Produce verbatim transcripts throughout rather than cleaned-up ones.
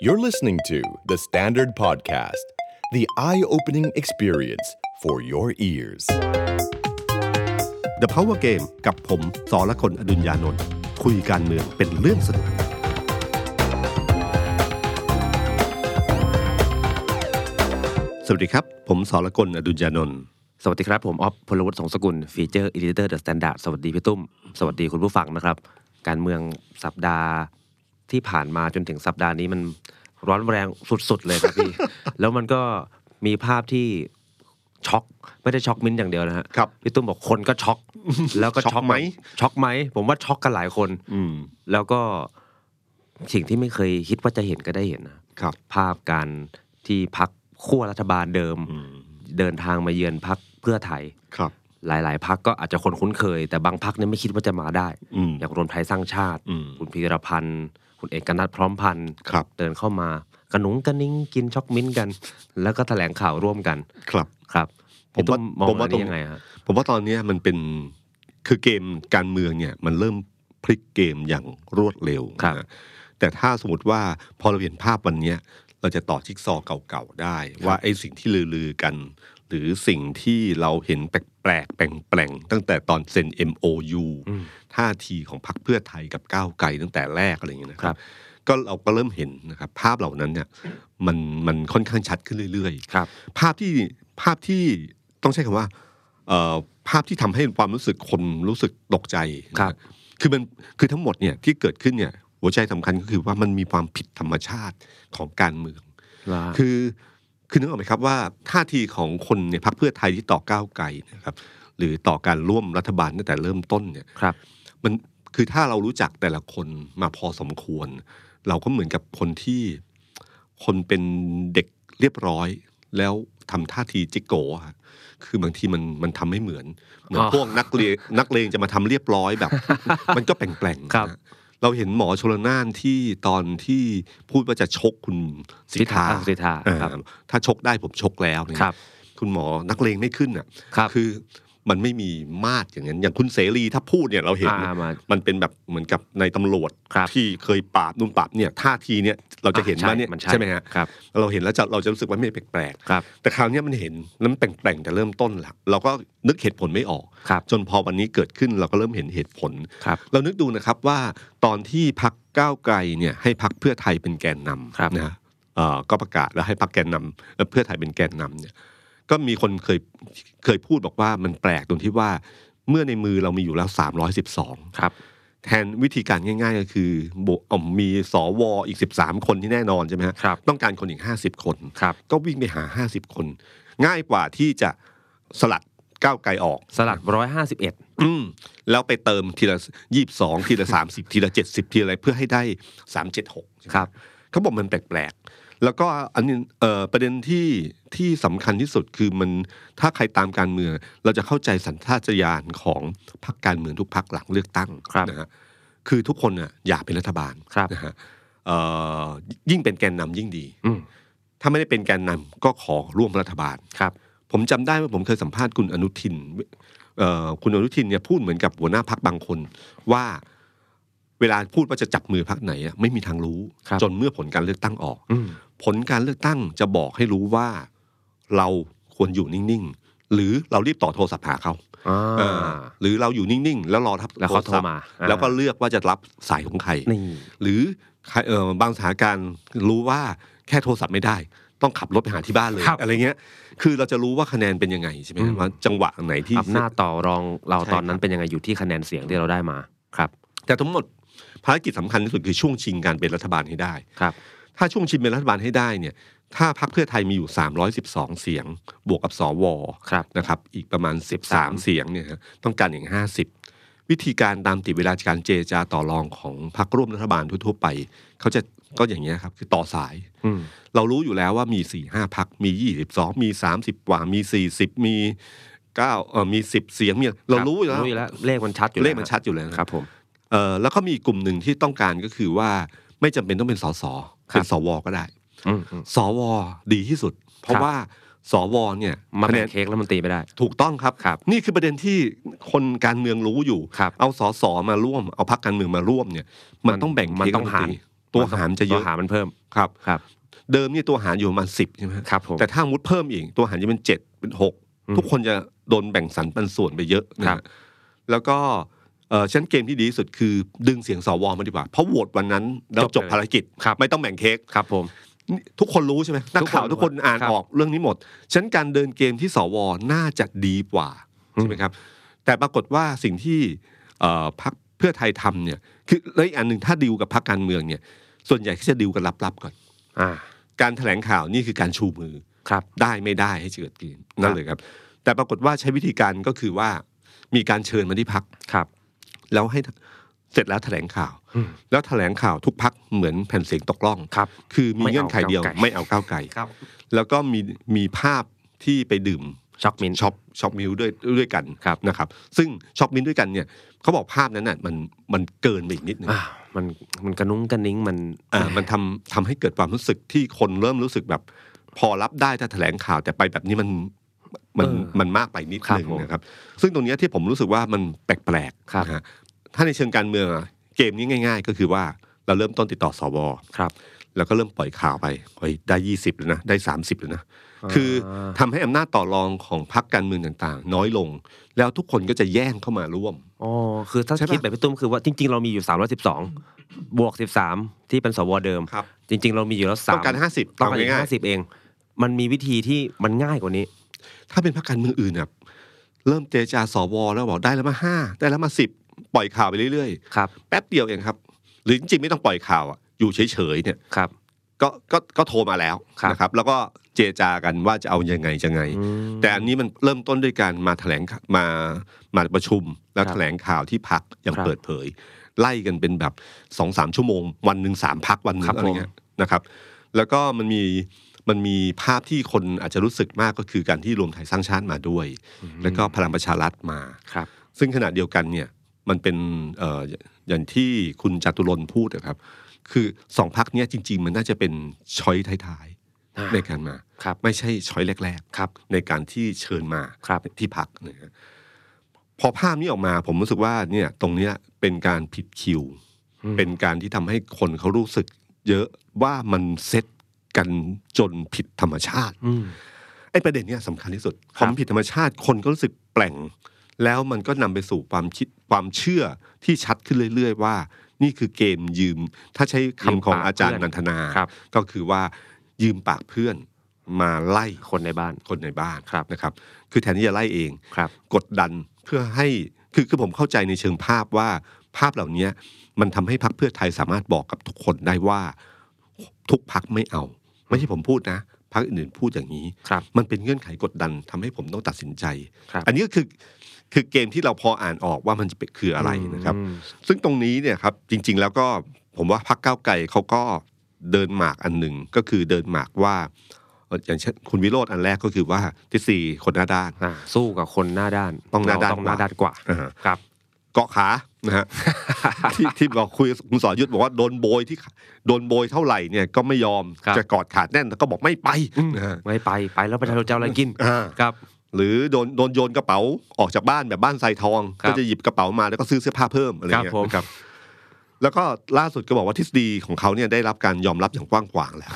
You're listening to The Standard Podcast, the eye-opening experience for your ears. The Power Game กับผมสรกล อดุลยานนท์คุยการเมืองเป็นเรื่องสนุกสวัสดีครับผมสรกล อดุลยานนท์สวัสดีครับผมอ๊อฟพลวุฒิสงสกุลฟีเจอร์อีดิเตอร์เดอะสแตนดาร์ดสวัสดีพี่ตุ้มสวัสดีคุณผู้ฟังนะครับการเมืองสัปดาห์ที่ผ่านมาจนถึงสัปดาห์นี้มันร้อนแรงสุดๆเลยครับพี่ แล้วมันก็มีภาพที่ช็อกไม่ได้ช็อกมิ้นอย่างเดียวนะฮะพี่ตุ้มบอกคนก็ช็อกแล้วก็ช็อกไหมช็อกไหมผมว่าช็อกกันหลายคนแล้วก็สิ่งที่ไม่เคยคิดว่าจะเห็นก็ได้เห็นนะครับภาพการที่พรรคขั้วรัฐบาลเดิมเดินทางมาเยือนพรรคเพื่อไทยหลายๆพรรคก็อาจจะคนคุ้นเคยแต่บางพรรคเนี่ยไม่คิดว่าจะมาได้อย่างรวมไทยสร้างชาติคุณพีรพันธ์คุณเอกนัทพร้อมพันธ์เดินเข้ามากระหนุงกระนิ้งกินช็อกมิ้นกันแล้วก็แถลงข่าวร่วมกันครับครับผมว่าผมว่าตรงยังไงฮะผมว่าตอนนี้มันเป็นคือเกมการเมืองเนี่ยมันเริ่มพลิกเกมอย่างรวดเร็วนะแต่ถ้าสมมติว่าพอเราเห็นภาพวันนี้เราจะต่อจิ๊กซอว์เก่าๆได้ว่าไอ้สิ่งที่ลือๆกันหรือสิ่งที่เราเห็นแปลกๆแปลงๆตั้งแต่ตอนเซ็น เอ็ม โอ ยู ท่าทีของพรรคเพื่อไทยกับก้าวไกลตั้งแต่แรกอะไรอย่างเงี้ยนะครับก็เราก็เริ่มเห็นนะครับภาพเหล่านั้นเนี่ยมันมันค่อนข้างชัดขึ้นเรื่อยๆภาพที่ภาพที่ต้องใช้คำว่าเอ่อภาพที่ทำให้ความรู้สึกคนรู้สึกตกใจคือมันคือทั้งหมดเนี่ยที่เกิดขึ้นเนี่ยหัวใจสำคัญก็คือว่ามันมีความผิดธรรมชาติของการเมืองคือคือนึกออกไหมครับว่าท่าทีของคนในพรรคเพื่อไทยที่ต่อก้าวไกลนะครับหรือต่อการร่วมรัฐบาลตั้งแต่เริ่มต้นเนี่ยมันคือถ้าเรารู้จักแต่ละคนมาพอสมควรเราก็เหมือนกับคนที่คนเป็นเด็กเรียบร้อยแล้วทำท่าทีจิกโก้คือบางทีมันมันทำไม่เหมือนเหมือนพวกนักเลงนักเลงจะมาทำเรียบร้อยแบบมันก็แปลงๆนะเราเห็นหมอชลน่านที่ตอนที่พูดว่าจะชกคุณสิทธาถ้าชกได้ผมชกแล้วเนี่ยคุณหมอนักเลงไม่ขึ้นอ่ะคือมันไม่มีมาตรอย่างนั้นอย่างคุณเสรีถ้าพูดเนี่ยเราเห็นมันเป็นแบบเหมือนกับในตำรวจที่เคยปราบนุ่นปราบเนี่ยท่าทีเนี่ยเราจะเห็นว่าเนี่ยใช่ไหมฮะเราเห็นแล้วจะเราจะรู้สึกว่าไม่แปลกๆแต่คราวนี้มันเห็นแล้วมันแปลงๆแต่เริ่มต้นแล้วเราก็นึกเหตุผลไม่ออกจนพอวันนี้เกิดขึ้นเราก็เริ่มเห็นเหตุผลเรานึกดูนะครับว่าตอนที่พรรคก้าวไกลเนี่ยให้พรรคเพื่อไทยเป็นแกนนำนะก็ประกาศแล้วให้พรรคแกนนำเพื่อไทยเป็นแกนนำเนี่ยก็มีคนเคยเคยพูดบอกว่ามันแปลกตรงที่ว่าเมื่อในมือเรามีอยู่แล้วสามร้อยสิบสองครับแทนวิธีการง่ายๆก็คือมีสวอีกสิบสามคนที่แน่นอนใช่ไหมครับต้องการคนอีกห้าสิบคนก็วิ่งไปหาห้าสิบคนง่ายกว่าที่จะสลัดก้าวไกลออกสลัดหนึ่งร้อยห้าสิบเอ็ดอืมแล้วไปเติมทีละยี่สิบสองทีละสามสิบทีละเจ็ดสิบทีอะไรเพื่อให้ได้สามร้อยเจ็ดสิบหกครับเขาบอกมันแปลกๆแล้วก็อันนี้เอ่อประเด็นที่ที่สำคัญที่สุดคือมันถ้าใครตามการเมืองเราจะเข้าใจสัญชาตญาณของพรรคการเมืองทุกพรรคหลังเลือกตั้งนะฮะคือทุกคนน่ะอยากเป็นรัฐบาลนะฮะเอ่อยิ่งเป็นแกนนำยิ่งดีถ้าไม่ได้เป็นแกนนำก็ขอร่วมรัฐบาลครับผมจำได้ว่าผมเคยสัมภาษณ์คุณอนุทินเอ่อคุณอนุทินเนี่ยพูดเหมือนกับหัวหน้าพรรคบางคนว่าเวลาพูดว่าจะจับมือพรรคไหนไม่มีทางรู้จนเมื่อผลการเลือกตั้งออกผลการเลือกตั้งจะบอกให้รู้ว่าเราควรอยู่นิ่งๆหรือเรารีบต่อโทรศัพท์หาเขาหรือเราอยู่นิ่งๆแล้วรอรับแล้วเขาโทรมาแล้วก็เลือกว่าจะรับสายของใครหรือบางสถานการณ์รู้ว่าแค่โทรศัพท์ไม่ได้ต้องขับรถไปหาที่บ้านเลยอะไรเงี้ยคือเราจะรู้ว่าคะแนนเป็นยังไงใช่ไหมว่าจังหวะไหนที่อำนาจต่อรองเราตอนนั้นเป็นยังไงอยู่ที่คะแนนเสียงที่เราได้มาครับแต่ทั้งหมดภารกิจสำคัญที่สุดคือช่วงชิงการเป็นรัฐบาลให้ได้ครับถ้าช่วงชิงเป็นรัฐบาลให้ได้เนี่ยถ้าพรรคเพื่อไทยมีอยู่สามร้อยสิบสองเสียงบวกกับสวนะครับอีกประมาณสิบสามเสียงเนี่ยต้องการอย่างห้าสิบวิธีการตามติดเวลาการเจรจาต่อรองของพรรคร่วมรัฐบาลทั่วๆไปเขาจะก็อย่างเงี้ยครับคือต่อสายเรารู้อยู่แล้วว่ามี สี่ห้า พรรคมียี่สิบสองมีสามสิบกว่ามีสี่สิบมีเก้าเอ่อมีสิบเสียงมีเรารู้อยู่แล้วเลขมันชัดอยู่เลขมันชัดอยู่แล้วครับผมเอ่อแล้วก็มีกลุ่มหนึ่งที่ต้องการก็คือว่าไม่จำเป็นต้องเป็นสสเป็นสวก็ได้สวดีที่สุดเพราะว่าสวเนี่ยมาแบ่งเค้กแล้วมันตีไม่ได้ถูกต้องครับนี่คือประเด็นที่คนการเมืองรู้อยู่เอาสสมาร่วมเอาพรรคการเมืองมาร่วมเนี่ยมันต้องแบ่งมันต้องหารตัวหารจะเยอะตัวหารมันเพิ่มครับครับเดิมนี่ตัวหารอยู่ประมาณสิบใช่ไหมครับผมแต่ถ้ามุดเพิ่มอีกตัวหารจะเป็นเจ็ดเป็นหกทุกคนจะโดนแบ่งสรรปันส่วนไปเยอะนะแล้วก็เออชั้นเกมที่ดีที่สุดคือดึงเสียงสวมาดีกว่าเพราะโหวตวันนั้นเราจบภารกิจไม่ต้องแบ่งเค้กครับผมทุกคนรู้ใช่ไหมนักข่าวทุกคนอ่านออกเรื่องนี้หมดฉะนั้นการเดินเกมที่สวน่าจะดีกว่าใช่ไหมครับแต่ปรากฏว่าสิ่งที่พรรคเพื่อไทยทำเนี่ยคือแล้วอีกอันหนึ่งถ้าดีลกับพรรคการเมืองเนี่ยส่วนใหญ่ก็จะดีลกันลับๆก่อนการแถลงข่าวนี่คือการชูมือได้ไม่ได้ให้เกิดขึ้นนั่นเลยครับแต่ปรากฏว่าใช้วิธีการก็คือว่ามีการเชิญมาที่พรรคแล้วให้เสร็จแล้วแถลงข่าวแล้วแถลงข่าวทุกพรรคเหมือนแผ่นเสียงตกล่องคือมีเงื่อนไขเดียวไม่เอาก้าวไกลแล้วก็มีมีภาพที่ไปดื่มช็อกมินช็อกช็อกมิลด้วยด้วยกันนะครับซึ่งช็อกมินด้วยกันเนี่ยเขาบอกภาพนั้นน่ะมันมันเกินไปอีกนิดนึงมันมันกระนุ้งกระนิ้งมันอ่ามันทำทำให้เกิดความรู้สึกที่คนเริ่มรู้สึกแบบพอรับได้ถ้าแถลงข่าวแต่ไปแบบนี้มันมันมันมากไปนิดนึงนะครับซึ่งตรงนี้ที่ผมรู้สึกว่ามันแปลกๆนะฮะถ้าในเชิงการเมืองเกมนี้ง่ายๆก็คือว่าเราเริ่มต้นติดต่อสวครับแล้วก็เริ่มปล่อยข่าวไปเฮ้ยได้ยี่สิบแล้วนะได้สามสิบแล้วนะคือทำให้อำนาจต่อรองของพรรคการเมืองต่างๆน้อยลงแล้วทุกคนก็จะแย่งเข้ามาร่วมอ๋อคือถ้าคิดแบบพี่ตุ้มคือว่าจริงๆเรามีอยู่สามร้อยสิบสองบวกสิบสามที่เป็นสวเดิมจริงๆเรามีอยู่แล้วสามต้องการห้าสิบต้องการห้าสิบเองมันมีวิธีที่มันง่ายกว่านี้ถ้าเป็นพรรคการเมืองอื่นเนี่ยเริ่มเจรจาสวแล้วบอกได้แล้วมาห้าได้แล้วมาสิบปล่อยข่าวไปเรื่อยๆครับแป๊บเดียวเองครับหรือจริงๆไม่ต้องปล่อยข่าวอ่ะอยู่เฉยๆเนี่ยครับก็ก็ก็โทรมาแล้วนะครับแล้วก็เจรจากันว่าจะเอายังไงจะไงแต่อันนี้มันเริ่มต้นด้วยการมาแถลงมามาประชุมแล้วแถลงข่าวที่พรรคอย่างเปิดเผยไล่กันเป็นแบบ สองถึงสาม ชั่วโมงวันนึงสามพรรควันนึงอะไรเงี้ยนะครับแล้วก็มันมีมันมีภาพที่คนอาจจะรู้สึกมากก็คือการที่รวมไทยสร้างชาติมาด้วยแล้วก็พลังประชารัฐมาซึ่งขณะเดียวกันเนี่ยมันเป็นเอ่ออย่างที่คุณจตุรนต์พูดนะครับคือสองพรรคนี้จริงๆมันน่าจะเป็นช้อยท้ายๆในการมาไม่ใช่ช้อยแรกๆในการที่เชิญมาที่พรรคนะพอภาพนี้ออกมาผมรู้สึกว่าเนี่ยตรงนี้เป็นการผิดคิวเป็นการที่ทำให้คนเขารู้สึกเยอะว่ามันเซตกันจนผิดธรรมชาติไอ้ประเด็นนี้สำคัญที่สุดพอมันผิดธรรมชาติคนก็รู้สึกแปลงแล้วมันก็นำไปสู่ความคิดความเชื่อที่ชัดขึ้นเรื่อยๆว่านี่คือเกมยืมถ้าใช้คำของอาจารย์นันทนาก็คือว่ายืมปากเพื่อนมาไล่คนในบ้านคนในบ้านนะครับคือแทนที่จะไล่เองกดดันเพื่อให้คือคือผมเข้าใจในเชิงภาพว่าภาพเหล่านี้มันทำให้พรรคเพื่อไทยสามารถบอกกับทุกคนได้ว่าทุกพรรคไม่เอาไม่ใช่ผมพูดนะพรรคอื่นๆพูดอย่างนี้มันเป็นเงื่อนไขกดดันทำให้ผมต้องตัดสินใจอันนี้ก็คือคือเกมที่เราพออ่านออกว่ามันจะเป็นคืออะไรนะครับซึ่งตรงนี้เนี่ยครับจริงๆแล้วก็ผมว่าพรรคก้าวไกลเขาก็เดินหมากอันหนึ่งก็คือเดินหมากว่าอย่างเช่นคุณวิโรจน์อันแรกก็คือว่าที่สี่คนหน้าด้านสู้กับคนหน้าด้านต้องหน้าด้านต้องหน้าด้านกว่าครับเกาะขานะฮะที่ที่บอกคุยคุณสรยุทธบอกว่าโดนโบยที่โดนโบยเท่าไหร่เนี่ยก็ไม่ยอมจะกอดขาดแน่นแต่ก็บอกไม่ไปไม่ไปไปแล้วประชาชนจะอะไรกินครับหรือโดนโดนโยนกระเป๋าออกจากบ้านแบบบ้านทรายทองก็จะหยิบกระเป๋ามาแล้วก็ซื้อเสื้อผ้าเพิ่มอะไรเงี้ยนะครับแล้วก็ล่าสุดก็บอกว่าทฤษฎีของเขาเนี่ยได้รับการยอมรับอย่างกว้างขวางแล้ว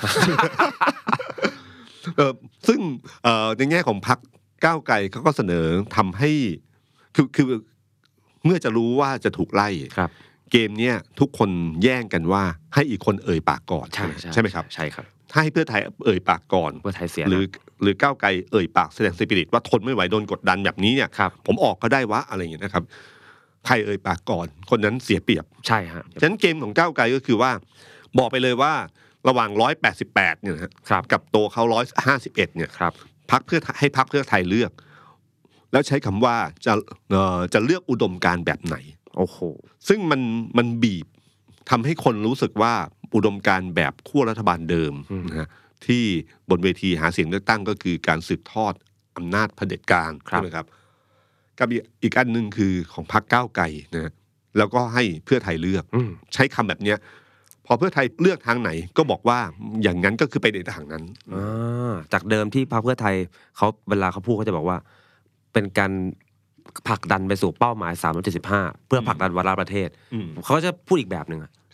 เออซึ่งเอ่อในแง่ของพรรคก้าวไกลเขาก็เสนอทำให้คือคือเมื่อจะรู้ว่าจะถูกไล่เกมเนี้ยทุกคนแย่งกันว่าให้อีกคนเอ่ยปากก่อนใช่ใช่ไหมครับใช่ครับถ้าให้เพื่อไทยเอ่ยปากก่อนเพื่อไทยเสียหรือหรือก้าวไกลเอ่ยปากแสดงสปิริตว่าทนไม่ไหวโดนกดดันแบบนี้เนี่ยผมออกก็ได้วะอะไรอย่างเงี้ยนะครับใครเอ่ยปากก่อนคนนั้นเสียเปรียบใช่ฮะฉะนั้นเกมของก้าวไกลก็คือว่าบอกไปเลยว่าระหว่างหนึ่งร้อยแปดสิบแปดเนี่ยนะครับกับตัวเขาหนึ่งร้อยห้าสิบเอ็ดเนี่ยครับพรรคเพื่อให้พรรคเพื่อไทยเลือกแล้วใช้คำว่าจะเอ่อจะเลือกอุดมการณ์แบบไหนโอ้โหซึ่งมันมันบีบทำให้คนรู้สึกว่าอุดมการณ์แบบขั้วรัฐบาลเดิมนะฮะที่บนเวทีหาเสียงเลือกตั้งก็คือการสืบทอดอำนาจเผด็จการใช่ไหมครับกับอีกอันหนึ่งคือของพรรคก้าวไกลนะแล้วก็ให้เพื่อไทยเลือกใช้คำแบบเนี้ยพอเพื่อไทยเลือกทางไหนก็บอกว่าอย่างนั้นก็คือไปในทางนั้นจากเดิมที่พรรคเพื่อไทยเขาเวลาเขาพูดเขาจะบอกว่าเป็นการผลักดันไปสู่เป้าหมายสามร้อยเจ็ดสิบห้าเพื่อผลักดันวาระประเทศเขาจะพูดอีกแบบนึง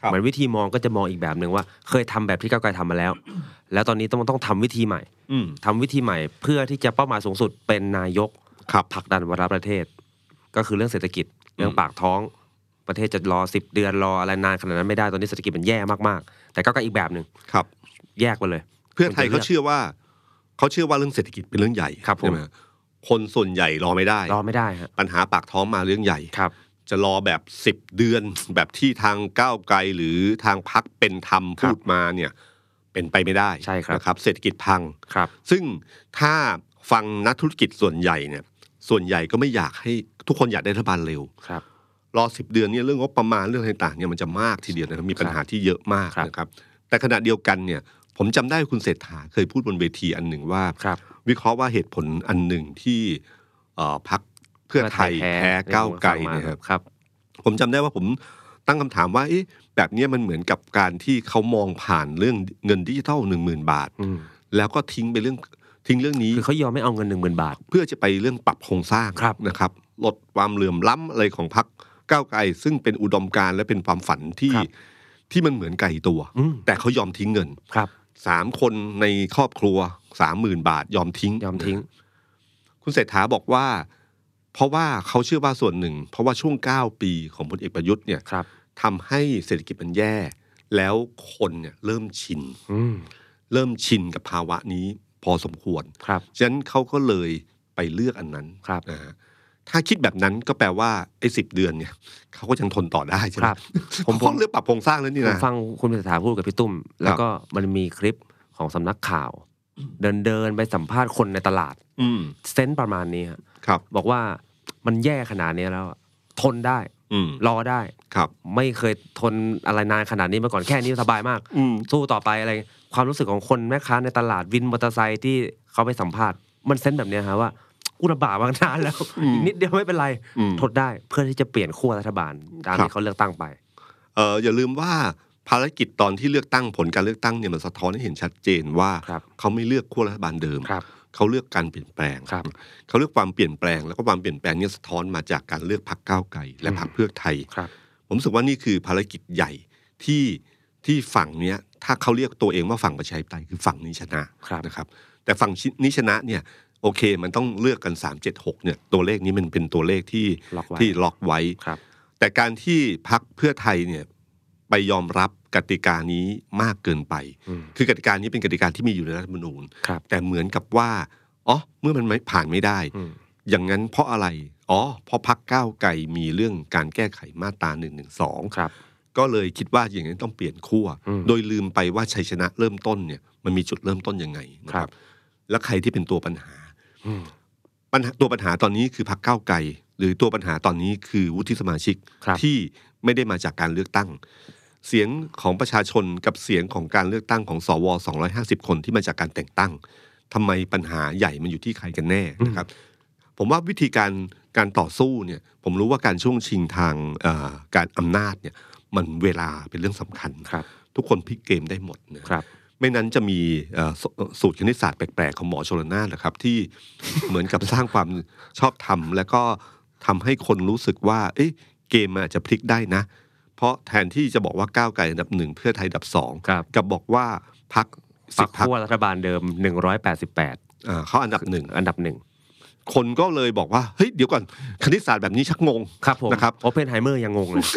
เหมือนวิธีมองก็จะมองอีกแบบนึงว่าเคยทำแบบที่ก้าวไกลทำมาแล้วแล้วตอนนี้ต้องต้องทำวิธีใหม่ทำวิธีใหม่เพื่อที่จะเป้าหมายสูงสุดเป็นนายกผลักดันวาระประเทศก็คือเรื่องเศรษฐกิจเรื่องปากท้องประเทศจะรอสิบเดือนรออะไรนานขนาดนั้นไม่ได้ตอนนี้เศรษฐกิจมันแย่มากๆแต่ก้าวไกลอีกแบบนึงครับแยกไปเลยเพื่อไทยเขาเชื่อว่าเขาเชื่อว่าเรื่องเศรษฐกิจเป็นเรื่องใหญ่ใช่ไหมคนส่วนใหญ่รอไม่ได้รอไม่ได้ฮะปัญหาปากท้องมาเรื่องใหญ่ครับจะรอแบบสิบเดือนแบบที่ทางก้าวไกลหรือทางพรรคเป็นธรรมพูดมาเนี่ยเป็นไปไม่ได้ใช่ครับนะครับเศรษฐกิจพังครับซึ่งถ้าฟังนักธุรกิจส่วนใหญ่เนี่ยส่วนใหญ่ก็ไม่อยากให้ทุกคนอยากได้รัฐบาลเร็วครับรอสิบเดือนเนี่ยเรื่องงบประมาณเรื่องต่างๆเนี่ยมันจะมากทีเดียวนะครับมีปัญหาที่เยอะมากนะครับแต่ขณะเดียวกันเนี่ยผมจำได้คุณเศรษฐาเคยพูดบนเวทีอันหนึ่งว่าวิเคราะห์ว่าเหตุผลอันหนึ่งที่พรรคเพื่อไทยแพ้ก้าวไกลนะครับผมจำได้ว่าผมตั้งคำถามว่าเอ๊ะแบบนี้มันเหมือนกับการที่เขามองผ่านเรื่องเงินดิจิทัลหนึ่งหมื่นบาทแล้วก็ทิ้งไปเรื่องทิ้งเรื่องนี้คือเขายอมไม่เอาเงินหนึ่งหมื่นบาทเพื่อจะไปเรื่องปรับโครงสร้างนะครับลดความเหลื่อมล้ำอะไรของพรรคก้าวไกลซึ่งเป็นอุดมการณ์และเป็นความฝันที่ที่มันเหมือนไก่ตัวแต่เขายอมทิ้งเงินสามคนในครอบครัวสามหมื่นบาทยอมทิ้งยอมทิ้งคุณเศรษฐาบอกว่าเพราะว่าเขาเชื่อว่าส่วนหนึ่งเพราะว่าช่วงเก้าปีของพลเอกประยุทธ์เนี่ยทำให้เศรษฐกิจมันแย่แล้วคนเนี่ยเริ่มชินเริ่มชินกับภาวะนี้พอสมควรฉะนั้นเขาก็เลยไปเลือกอันนั้นนะฮะถ้าคิดแบบนั้นก็แปลว่าไอ้สิบเดือนเนี่ยเขาก็ยังทนต่อได้ใช่ไหมผมพ้นเรื่องปรับโครงสร้างแล้วนี่นะผมฟังคุณเศรษฐาพูดกับพี่ตุ้มแล้วก็มันมีคลิปของสำนักข่าวเดินเดินไปสัมภาษณ์คนในตลาดเซนส์ประมาณนี้ครับบอกว่ามันแย่ขนาดนี้แล้วทนได้รอได้ไม่เคยทนอะไรนานขนาดนี้มาก่อนแค่นี้สบายมากสู้ต่อไปอะไรความรู้สึกของคนแม่ค้าในตลาดวินมอเตอร์ไซค์ที่เขาไปสัมภาษณ์มันเซนส์แบบนี้ฮะว่ากูลำบากมานานแล้วอีกนิดเดียวไม่เป็นไรทนได้เพื่อที่จะเปลี่ยนขั้วรัฐบาลตามที่เขาเลือกตั้งไปเอออย่าลืมว่าภารกิจตอนที่เลือกตั้งผลการเลือกตั้งเนี่ยมันสะท้อนให้เห็นชัดเจนว่าเขาไม่เลือกขั้วรัฐบาลเดิมเขาเลือกการเปลี่ยนแปลงเขาเลือกความเปลี่ยนแปลงแล้วก็ความเปลี่ยนแปลงนี้สะท้อนมาจากการเลือกพรรคก้าวไกลและพรรคเพื่อไทยผมรู้สึกว่านี่คือภารกิจใหญ่ที่ที่ฝั่งเนี้ยถ้าเขาเรียกตัวเองว่าฝั่งประชาธิปไตยคือฝั่งนี้ชนะนะครับแต่ฝั่งนี้ชนะเนี่ยโอเคมันต้องเลือกกันสาม เจ็ด หกเนี่ยตัวเลขนี้มันเป็นตัวเลขที่ที่ล็อกไว้แต่การที่พรรคเพื่อไทยเนี่ยไปยอมรับกติกานี้มากเกินไปคือกติกานี้เป็นกติกาที่มีอยู่ในรัฐธรรมนูญแต่เหมือนกับว่าอ๋อเมื่อมันไม่ผ่านไม่ได้อย่างนั้นเพราะอะไรอ๋อเพราะพรรคก้าวไกลมีเรื่องการแก้ไขมาตราหนึ่งหนึ่งสองก็เลยคิดว่าอย่างนั้นต้องเปลี่ยนขั้วโดยลืมไปว่าชัยชนะเริ่มต้นเนี่ยมันมีจุดเริ่มต้นยังไงนะครับแล้วใครที่เป็นตัวปัญหาปัญหาตัวปัญหาตอนนี้คือพรรคก้าวไกลหรือตัวปัญหาตอนนี้คือวุฒิสมาชิกที่ไม่ได้มาจากการเลือกตั้งเสียงของประชาชนกับเสียงของการเลือกตั้งของสวสองร้อยห้าสิบคนที่มาจากการแต่งตั้งทำไมปัญหาใหญ่มันอยู่ที่ใครกันแน่นะครับผมว่าวิธีการการต่อสู้เนี่ยผมรู้ว่าการช่วงชิงทางการอำนาจเนี่ยมันเวลาเป็นเรื่องสำคัญทุกคนพลิกเกมได้หมดนะไม่นั้นจะมีสูตรคณิตศาสตร์แปลกๆของหมอชลน่านแหละครับที่เหมือนกับสร้างความชอบธรรมแล้วก็ทำให้คนรู้สึกว่าเอ๊ะเกมมันอาจจะพลิกได้นะเพราะแทนที่จะบอกว่าก้าวไกลอันดับหนึ่งเพื่อไทยอันดับสองกับบอกว่าพรรคสิบพรรคขั้วรัฐบาลเดิมหนึ่งร้อยแปดสิบแปดอ่าเขาอันดับหนึ่งอันดับหนึ่งคนก็เลยบอกว่าเฮ้ยเดี๋ยวก่อนคณิตศาสตร์แบบนี้ชักงงครับผมนะครับโอเพนไฮเมอร์ยังงงเลย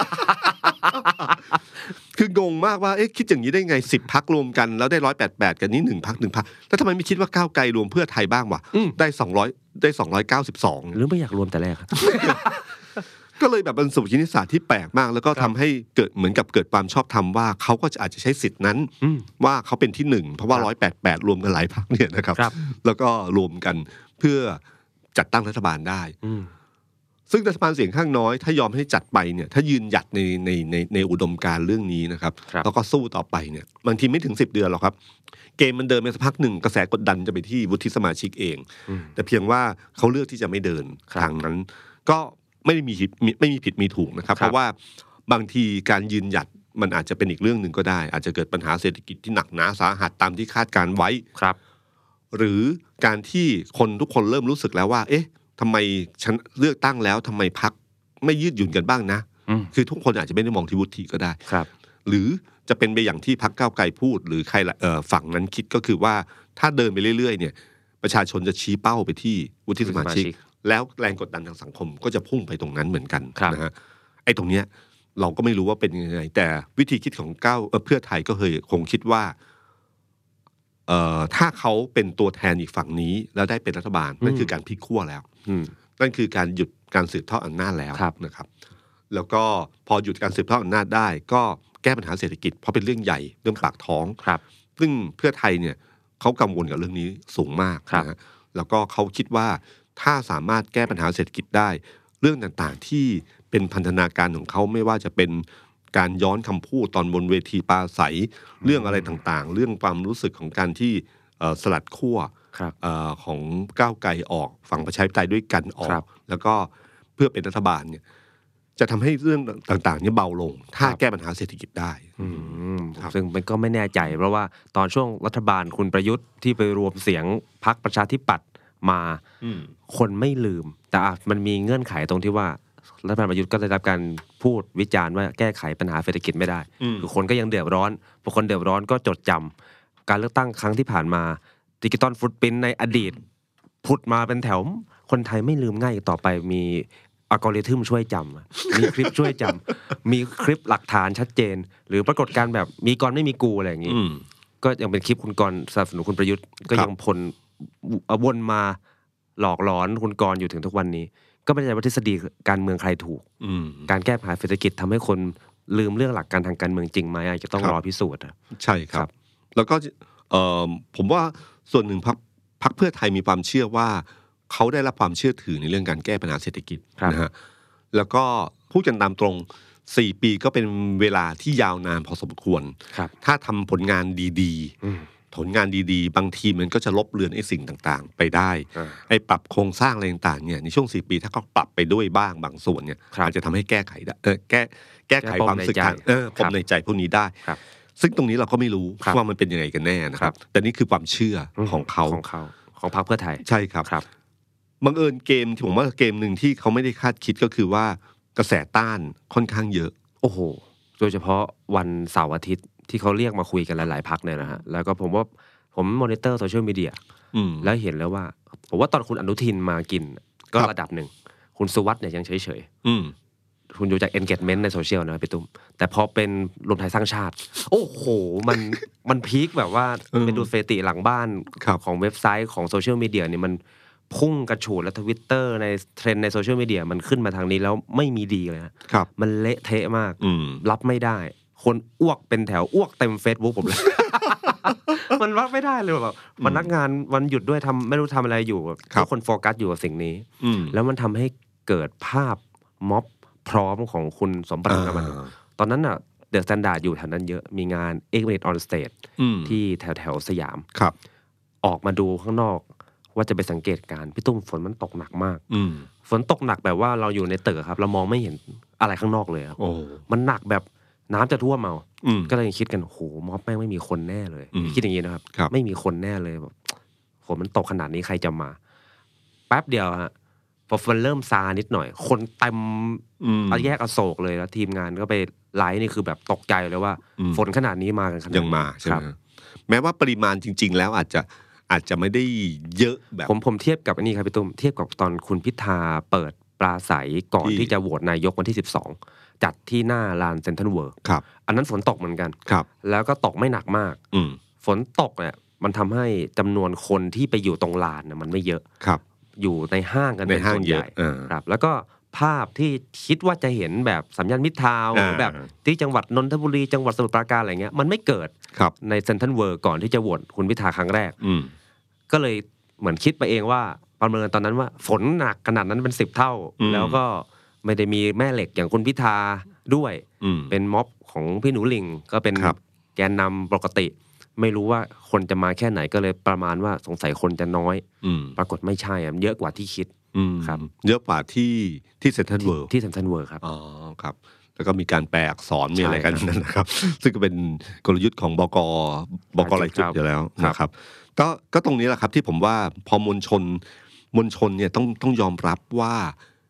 คืองงมากว่าเอ๊ะคิดอย่างนี้ได้ไงสิบพรรครวมกันแล้วได้หนึ่งร้อยแปดสิบแปดกันนี้หนึ่งพรรคหนึ่งพรรคแล้วทำไมไม่คิดว่าก้าวไกลรวมเพื่อไทยบ้างวะได้สองร้อยได้สองร้อยเก้าสิบสองหรือไม่อยากรวมแต่แรกก็เลยแบบเป็นสูตรคณิตศาสตร์ที่แปลกมากแล้วก็ทำให้เกิดเหมือนกับเกิดความชอบธรรมว่าเขาก็อาจจะใช้สิทธินั้นว่าเขาเป็นที่หนึ่งเพราะว่าหนึ่งร้อยแปดสิบแปดรวมกันหลายพรรคเนี่ยนะครับแล้วก็รวมกันเพื่อจัดตั้งรัฐบาลได้ซึ่งรัฐบาลเสียงข้างน้อยถ้ายอมให้จัดไปเนี่ยถ้ายืนหยัดในในในในอุดมการณ์เรื่องนี้นะครับแล้วก็สู้ต่อไปเนี่ยบางทีไม่ถึงสิบเดือนหรอกครับเกมมันเดินไปสักพักหนึ่งกระแสกดดันจะไปที่วุฒิสมาชิกเองแต่เพียงว่าเขาเลือกที่จะไม่เดินทางนั้นก็ไม่ได้มีไม่มีผิดมีถูกนะครับเพราะว่าบางทีการยืนหยัดมันอาจจะเป็นอีกเรื่องหนึ่งก็ได้อาจจะเกิดปัญหาเศรษฐกิจที่หนักหนาสาหัสตามที่คาดการไว้ครับหรือการที่คนทุกคนเริ่มรู้สึกแล้วว่าเอ๊ะทำไมฉันเลือกตั้งแล้วทำไมพรรคไม่ยืดหยุ่นกันบ้างนะคือทุกคนอาจจะไม่ได้มองที่วุฒิก็ได้ครับหรือจะเป็นไปอย่างที่พรรคก้าวไกลพูดหรือใครเอ่อฝั่งนั้นคิดก็คือว่าถ้าเดินไปเรื่อยๆเนี่ยประชาชนจะชี้เป้าไปที่วุฒิสมาชิกแล้วแรงกดดันทางสังคมก็จะพุ่งไปตรงนั้นเหมือนกันนะฮะไอ้ตรงเนี้ยเราก็ไม่รู้ว่าเป็นยังไงแต่วิธีคิดของก้าวเพื่อไทยก็เคยคงคิดว่าเอ่อถ้าเขาเป็นตัวแทนอีกฝั่งนี้แล้วได้เป็นรัฐบาลนั่นคือการพลิกขั้วแล้วนั่นคือการหยุดการสืบทอดอำนาจแล้วนะครับแล้วก็พอหยุดการสืบทอดอำนาจได้ก็แก้ปัญหาเศรษฐกิจเพราะเป็นเรื่องใหญ่เรื่องปากท้องซึ่งเพื่อไทยเนี่ยเขากังวลกับเรื่องนี้สูงมากนะฮะแล้วก็เขาคิดว่าถ้าสามารถแก้ปัญหาเศรษฐกิจได้เรื่องต่างๆที่เป็นพันธนาการของเขาไม่ว่าจะเป็นการย้อนคำพูดตอนบนเวทีปราศัยเรื่องอะไรต่างๆเรื่องความรู้สึกของการที่สลัดขั้วของก้าวไกลออกฝั่งประชาธิปไตยด้วยกันออกแล้วก็เพื่อเป็นรัฐบาลเนี่ยจะทำให้เรื่องต่างๆนี้เบาลงถ้าแก้ปัญหาเศรษฐกิจได้ซึ่งมันก็ไม่แน่ใจเพราะว่าตอนช่วงรัฐบาลคุณประยุทธ์ที่ไปรวมเสียงพรรคประชาธิปัตย์มาคนไม่ลืมแต่มันมีเงื่อนไขตรงที่ว่ารัฐบาลประยุทธ์ก็ได้รับการพูดวิจารณ์ว่าแก้ไขปัญหาเศรษฐกิจไม่ได้คือคนก็ยังเดือดร้อนพอคนเดือดร้อนก็จดจำการเลือกตั้งครั้งที่ผ่านมาดิจิตอลฟุตพริ้นท์ในอดีตผุดมาเป็นแถวคนไทยไม่ลืมง่ายต่อไปมีอัลกอริทึมช่วยจำมีคลิปช่วยจำมีคลิปหลักฐานชัดเจนหรือปรากฏการณ์แบบมีกรไม่มีกูอะไรอย่างนี้ก็ยังเป็นคลิปคุณกรสนับสนุนคุณประยุทธ์ก็ยังพลวนมาหลอกหลอนคุณกรอยู่ถึงทุกวันนี้ก็ไม่ใช่ว่าทฤษฎีการเมืองใครถูกการแก้ปัญหาเศรษฐกิจทำให้คนลืมเรื่องหลักการทางการเมืองจริงไหมอาจจะต้องรอพิสูจน์ใช่ครับแล้วก็ผมว่าส่วนหนึ่งพรรคพรรคเพื่อไทยมีความเชื่อว่าเขาได้รับความเชื่อถือในเรื่องการแก้ปัญหาเศรษฐกิจนะฮะแล้วก็พูดกันตามตรงสี่ปีก็เป็นเวลาที่ยาวนานพอสมควรถ้าทำผลงานดีๆผลงานดีๆบางทีมันก็จะลบเลือนไอ้สิ่งต่างๆไปได้ไอ้ปรับโครงสร้างอะไรต่างๆเนี่ยในช่วงสี่ปีถ้าเขาปรับไปด้วยบ้างบางส่วนเนี่ยอาจจะทำให้แก้ไขได้เออแก้แก้ไขความรู้สึกทางเออปมในใจพวกนี้ได้ซึ่งตรงนี้เราก็ไม่รู้ว่ามันเป็นยังไงกันแน่นะครับแต่นี่คือความเชื่อของเขาของเขาของพรรคเพื่อไทยใช่ครับบังเอิญเกมที่ผมว่าเกมหนึ่งที่เขาไม่ได้คาดคิดก็คือว่ากระแสต้านค่อนข้างเยอะโอ้โหโดยเฉพาะวันเสาร์อาทิตย์ที่เขาเรียกมาคุยกันหลายๆพรรคเนี่ยนะฮะแล้วก็ผมว่าผมมอนิเตอร์โซเชียลมีเดียแล้วเห็นแล้วว่าผมว่าตอนคุณอนุทินมากินก็ระดับหนึ่งคุณสุวัฒน์เนี่ยยังเฉยๆคุณดูจาก engagement ในโซเชียลนะพี่ตุ้มแต่พอเป็นรวมไทยสร้างชาติโอ้โหมันมันพีคแบบว่าเป็นดูสถิติหลังบ้านของเว็บไซต์ของโซเชียลมีเดียเนี่ยมันพุ่งกระฉูดและ Twitter ในเทรนด์ในโซเชียลมีเดียมันขึ้นมาทางนี้แล้วไม่มีดีเลยครับมันเละเทะมากรับไม่ได้คนอ้วกเป็นแถวอ้วกเต็ม Facebook ผมเลย มันรับไม่ได้เลยแบบพนักงานวันหยุดด้วยทำไม่รู้ทำอะไรอยู่ทุกคนโฟกัสอยู่กับสิ่งนี้แล้วมันทำให้เกิดภาพม็อบพร้อมของคุณสมบัติกันตอนนั้นอ่ะเดอะสแตนดาร์ดอยู่แถวนั้นเยอะมีงาน eight minutes on stage ที่แถวแถวสยามออกมาดูข้างนอกว่าจะไปสังเกตการพี่ตุ้มฝนมันตกหนักมากฝนตกหนักแบบว่าเราอยู่ในตึกครับเรามองไม่เห็นอะไรข้างนอกเลยครับมันหนักแบบน้ำจะท่วมเอาก็เลยคิดกันโหม็อบแม่งไม่มีคนแน่เลยคิดอย่างนี้นะครับไม่มีคนแน่เลยแบบฝนมันตกขนาดนี้ใครจะมาแป๊บเดียวฮะพอฝนเริ่มซานิดหน่อยคนเต็มเอาแยกอโศกเลยแล้วทีมงานก็ไปไลฟ์นี่คือแบบตกใจเลยว่าฝนขนาดนี้มากันขนาดยังมาใช่ไหมแม้ว่าปริมาณจริงๆแล้วอาจจะอาจจะไม่ได้เยอะแบบผมผมเทียบกับอันนี้ครับพี่ตุ้มเทียบกับตอนคุณพิธาเปิดปราศัยก่อนที่จะโหวตนายกวันที่สิบสองจัดที่หน้าลานเซ็นทรัลเวิลด์อันนั้นฝนตกเหมือนกันแล้วก็ตกไม่หนักมากฝนตกเนี่ยมันทำให้จำนวนคนที่ไปอยู่ตรงลานเนี่ยมันไม่เยอะอยู่ในห้างกันเป็นส่วนใหญ่ครับแล้วก็ภาพที่คิดว่าจะเห็นแบบสัญญาณมิตรทาวน์แบบที่จังหวัดนนทบุรีจังหวัดสมุทรปราการอะไรเงี้ยมันไม่เกิดในเซ็นทรัลเวิลด์ก่อนที่จะโหวตคุณพิธาครั้งแรกก็เลยเหมือนคิดไปเองว่าประเมินตอนนั้นว่าฝนหนักขนาดนั้นเป็นสิบเท่าแล้วก็ไม่ได้มีแม่เหล็กอย่างคุณพิธาด้วยเป็นม็อบของพี่หนูลิงก็เป็นแกนนำปกติไม่รู้ว่าคนจะมาแค่ไหนก็เลยประมาณว่าสงสัยคนจะน้อยปรากฏไม่ใช่เยอะกว่าที่คิดครับเยอะกว่าที่ที่เซ็นทรัลเวิลด์ที่เซ็นทรัลเวิลด์ครับอ๋อครับแล้วก็มีการแปลอักษรมีอะไรกันนั่นนะครับซึ่งก็เป็นกลยุทธ์ของบก.บก.รายจุดอยู่แล้วนะครับก็ก็ตรงนี้แหละครับที่ผมว่าพอมวลชนมวลชนเนี่ยต้องต้องยอมรับว่า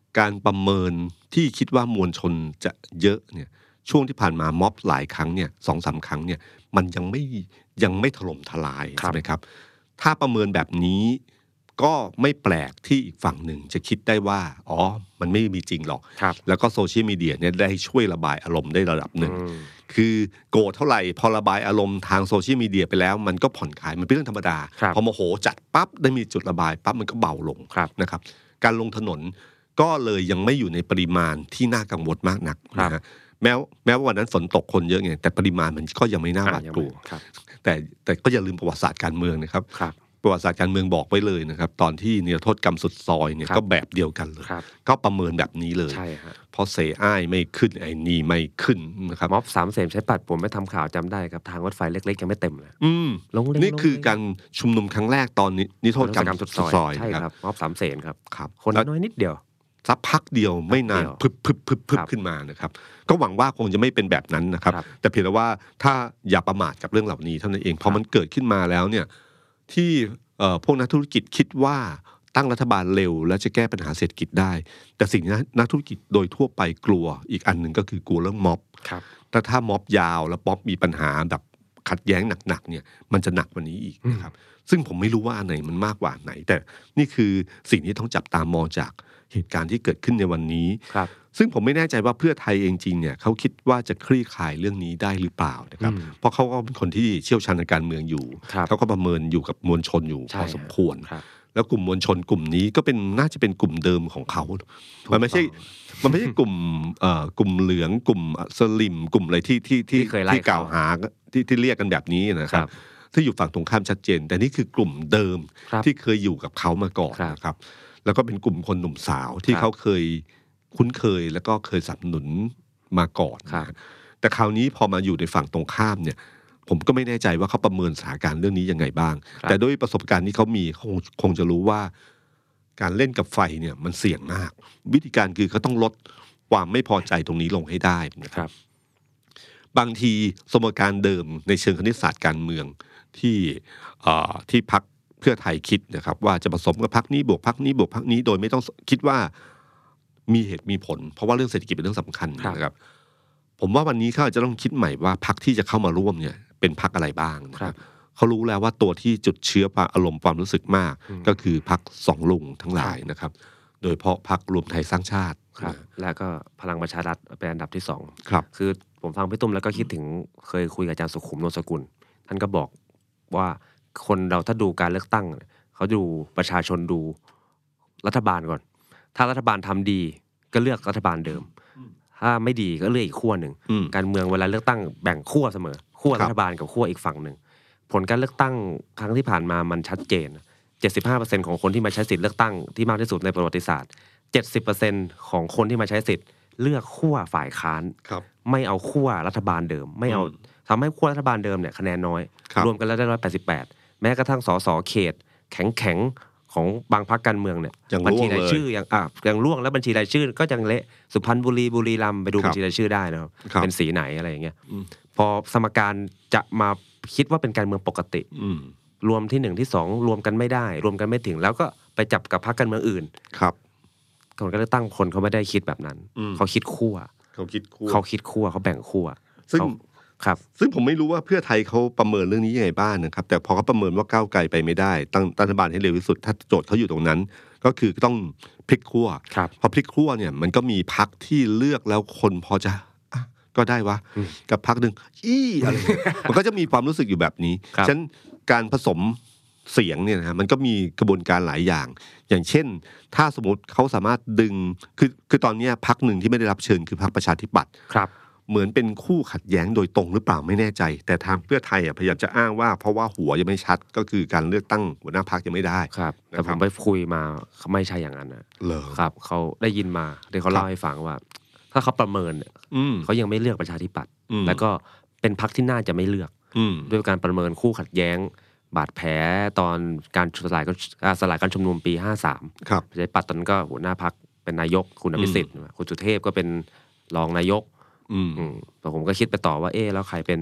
การประเมินที่คิดว่ามวลชนจะเยอะเนี่ยช่วงที่ผ่านมาม็อบหลายครั้งเนี่ยสองสามครั้งเนี่ยมันยังไม่ยังไม่ถล่มทลายใช่ไหมครับถ้าประเมินแบบนี้ก็ไม่แปลกที่อีกฝั่งหนึ่งจะคิดได้ว่าอ๋อมันไม่มีจริงหรอกแล้วก็โซเชียลมีเดียเนี่ยได้ช่วยระบายอารมณ์ได้ระดับหนึ่งคือโกรธเท่าไหร่พอระบายอารมณ์ทางโซเชียลมีเดียไปแล้วมันก็ผ่อนคลายมันเป็นเรื่องธรรมดาพอโมโหจัดปั๊บได้มีจุดระบายปั๊บมันก็เบาลงนะครับการลงถนนก็เลยยังไม่อยู่ในปริมาณที่น่ากังวลมากนักนะฮะแม้แม้ว่าวันนั้นฝนตกคนเยอะไงแต่ปริมาณมันก็ยังไม่น่าหวาดกลัวแต่แต่ก็อย่าลืมประวัติศาสตร์การเมืองนะครับประวัติศาสตร์การเมืองบอกไว้เลยนะครับตอนที่นิรโทษกรรมสุดซอยเนี่ยก็แบบเดียวกันเลยก็ประเมินแบบนี้เลยเพราะเสอ้ายไม่ขึ้นไอ้นี่ไม่ขึ้นนะครับม็อบสามเสนใช้ปัดผมไม่ทำข่าวจำได้ครับทางรถไฟเล็กๆยังไม่เต็มเลยนี่คือการชุมนุมครั้งแรกตอนนิรโทษกรรมสุดซอยใช่ครับม็อบสามเสนครับคนน้อยนิดเดียวสักพักเดียวไม่นานพึบพึบพึบพึบขึ้นมานะครับก็หวังว่าคงจะไม่เป็นแบบนั้นนะครับแต่เพียงแต่ว่าถ้าอย่าประมาทกับเรื่องเหล่านี้เท่านั้นเองพอมันเกิดขึ้นมาแล้วเนี่ยที่พวกนักธุรกิจคิดว่าตั้งรัฐบาลเร็วและจะแก้ปัญหาเศรษฐกิจได้แต่สิ่งที่นักธุรกิจโดยทั่วไปกลัวอีกอันหนึ่งก็คือกลัวเรื่องม็อบแต่ถ้าม็อบยาวแล้วม็อบมีปัญหาแบบขัดแย้งหนักๆเนี่ยมันจะหนักกว่านี้อีกนะครับซึ่งผมไม่รู้ว่าอันไหนมันมากกว่าไหนแต่นี่คือสิ่งที่ต้องจับตามองจากเหตุการณ์ที่เกิดขึ้นในวันนี้ซึ่งผมไม่แน่ใจว่าเพื่อไทยเองจริงเนี่ยเขาคิดว่าจะคลี่คลายเรื่องนี้ได้หรือเปล่านะครับเพราะเขาก็เป็นคนที่เชี่ยวชาญในการเมืองอยู่เขาก็ประเมินอยู่กับมวลชนอยู่พอสมควรแล้วกลุ่มมวลชนกลุ่มนี้ก็เป็นน่าจะเป็นกลุ่มเดิมของเขามันไม่ใช่มันไม่ใช่กลุ่มเอ่อกลุ่มเหลืองกลุ่มสลิมกลุ่มอะไรที่ที่ที่ที่กล่าวหาที่ที่เรียกกันแบบนี้นะครับที่อยู่ฝั่งตรงข้ามชัดเจนแต่นี่คือกลุ่มเดิมที่เคยอยู่กับเขามาก่อนนะครับแล้วก็เป็นกลุ่มคนหนุ่มสาวที่เขาเคยคุ้นเคยแล้วก็เคยสนับสนุนมาก่อนแต่คราวนี้พอมาอยู่ในฝั่งตรงข้ามเนี่ยผมก็ไม่แน่ใจว่าเขาประเมินสถานการณ์เรื่องนี้ยังไงบ้างแต่ด้วยประสบการณ์ที่เขามีคงคงจะรู้ว่าการเล่นกับไฟเนี่ยมันเสี่ยงมากวิธีการคือเขาต้องลดความไม่พอใจตรงนี้ลงให้ได้นะครับบางทีสมการเดิมในเชิงคณิตศาสตร์การเมืองที่ที่พรรคเพื่อไทยคิดนะครับว่าจะผสมกับพรรคนี้บวกพรรคนี้บวกพรรคนี้โดยไม่ต้องคิดว่ามีเหตุมีผลเพราะว่าเรื่องเศรษฐกิจเป็นเรื่องสำคัญนะครับผมว่าวันนี้เขาจะต้องคิดใหม่ว่าพรรคที่จะเข้ามาร่วมเนี่ยเป็นพรรคอะไรบ้างนะครับเขารู้แล้วว่าตัวที่จุดเชื้ออารมณ์ความรู้สึกมากก็คือพรรคสองลุงทั้งหลายนะครับโดยเฉพาะพรรครวมไทยสร้างชาติแล้วก็พลังประชารัฐเป็นอันดับที่สองครับคือผมฟังพี่ตุ้มแล้วก็คิดถึงเคยคุยกับอาจารย์สุขุมนนสกุลท่านก็บอกว่าคนเราถ้าดูการเลือกตั้งเขาดูประชาชนดูรัฐบาลก่อนถ้ารัฐบาลทำดีก็เลือกรัฐบาลเดิมถ้าไม่ดีก็เลือกอีกขั้วหนึ่งการเมืองเวลาเลือกตั้งแบ่งขั้วเสมอขั้วรัฐบาลกับขั้วอีกฝั่งหนึ่งผลการเลือกตั้งครั้งที่ผ่านมามันชัดเจน เจ็ดสิบห้าเปอร์เซ็นต์ ของคนที่มาใช้สิทธิ์เลือกตั้งที่มากที่สุดในประวัติศาสตร์ เจ็ดสิบเปอร์เซ็นต์ ของคนที่มาใช้สิทธิ์เลือกขั้วฝ่ายค้านไม่เอาขั้วรัฐบาลเดิมไม่เอาทำให้ขั้วรัฐบาลเดิมเนี่ยคะแนนน้อยรวมกันแล้วได้หนึ่งร้อยแปดสิบแปดแม้กระทั่งสสเขตแข็งๆของบางพรรคการเมืองเนี่ยบัญชีรายชื่อยังอ่ะยังร่วงแล้วบัญชีรายชื่อก็ยังเละสุพรรณบุรีบุรีรัมย์ไปดูบัญชีรายชื่อได้นะครับเป็นสีไหนอะไรอย่างเงี้ยพอสมการจะมาคิดว่าเป็นการเมืองปกติรวมที่หนึ่งที่สองรวมกันไม่ได้รวมกันไม่ถึงแล้วก็ไปจับกับพรรคการเมืองอื่นครับก่อนการเลือกตั้งคนเขาไม่ได้คิดแบบนั้นเขาคิดขั้วเขาคิดขั้วเขาคิดขั้วเขาแบ่งขั้วซึ่งครับซึ่งผมไม่รู้ว่าเพื่อไทยเขาประเมินเรื่องนี้ยังไงบ้างนะครับแต่พอเขาประเมินว่าก้าวไกลไปไม่ได้ตั้งรัฐบาลให้เร็วที่สุดถ้าโจทย์เขาอยู่ตรงนั้นก็คือต้องพลิกขั้วพอพลิกขั้วเนี่ยมันก็มีพรรคที่เลือกแล้วคนพอจะก็ได้วะกับพรรคนึงอี้อะไรมันก็จะมีความรู้สึกอยู่แบบนี้ฉะนั้นการผสมเสียงเนี่ยนะมันก็มีกระบวนการหลายอย่างอย่างเช่นถ้าสมมติเขาสามารถดึงคือคือตอนนี้พรรคหนึ่งที่ไม่ได้รับเชิญคือพรรคประชาธิปัตย์เหมือนเป็นคู่ขัดแย้งโดยตรงหรือเปล่าไม่แน่ใจแต่ทางเพื่อไทยอ่ะพยายามจะอ้างว่าเพราะว่าหัวยังไม่ชัดก็คือการเลือกตั้งหัวหน้าพรรคยังไม่ได้ครับแต่ผมไปคุยมาเขาไม่ใช่อย่างนั้นนะครับเขาได้ยินมาเดี๋ยวเขาเล่าให้ฟังว่าถ้าเขาประเมินเนี่ยเขายังไม่เลือกประชาธิปัตย์แล้วก็เป็นพรรคที่น่าจะไม่เลือกด้วยการประเมินคู่ขัดแย้งบาดแผลตอนการสลายการสลายการชุมนุมปีห้าสิบสามครับประชาธิปัตย์ตอนนั้นก็หัวหน้าพรรคเป็นนายกคุณอภิสิทธิ์คุณสุเทพก็เป็นรองนายกแต่ผมก็คิดไปต่อว่าเอ๊ะแล้วใครเป็น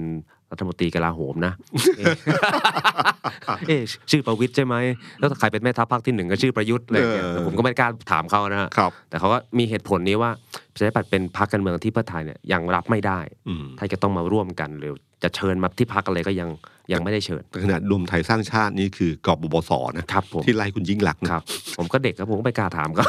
รัฐมนตรีกลาโหมนะ เอ๊ะชื่อประวิตรใช่ไหมแล้วใครเป็นแม่ทัพภาคที่หนึ่งก็ชื่อประยุทธ์อะไรอย่างเงี้ยผมก็ไม่กล้าถามเขานะฮะแต่เขาก็มีเหตุผลนี้ว่าประชาธิปัตย์เป็นพรรคการเมืองที่เพื่อไทยเนี่ยยังรับไม่ได้ถ้าจะต้องมาร่วมกันหรือจะเชิญมาที่พรรคอะไรก็ยังยังไม่ได้เชิญขนาดรวมไทยสร้างชาตินี่คือกบปปสนะครับที่ไล่คุณยิ่งลักษณ์ครับผมก็เด็กครับผมก็ไม่กล้าถามเขา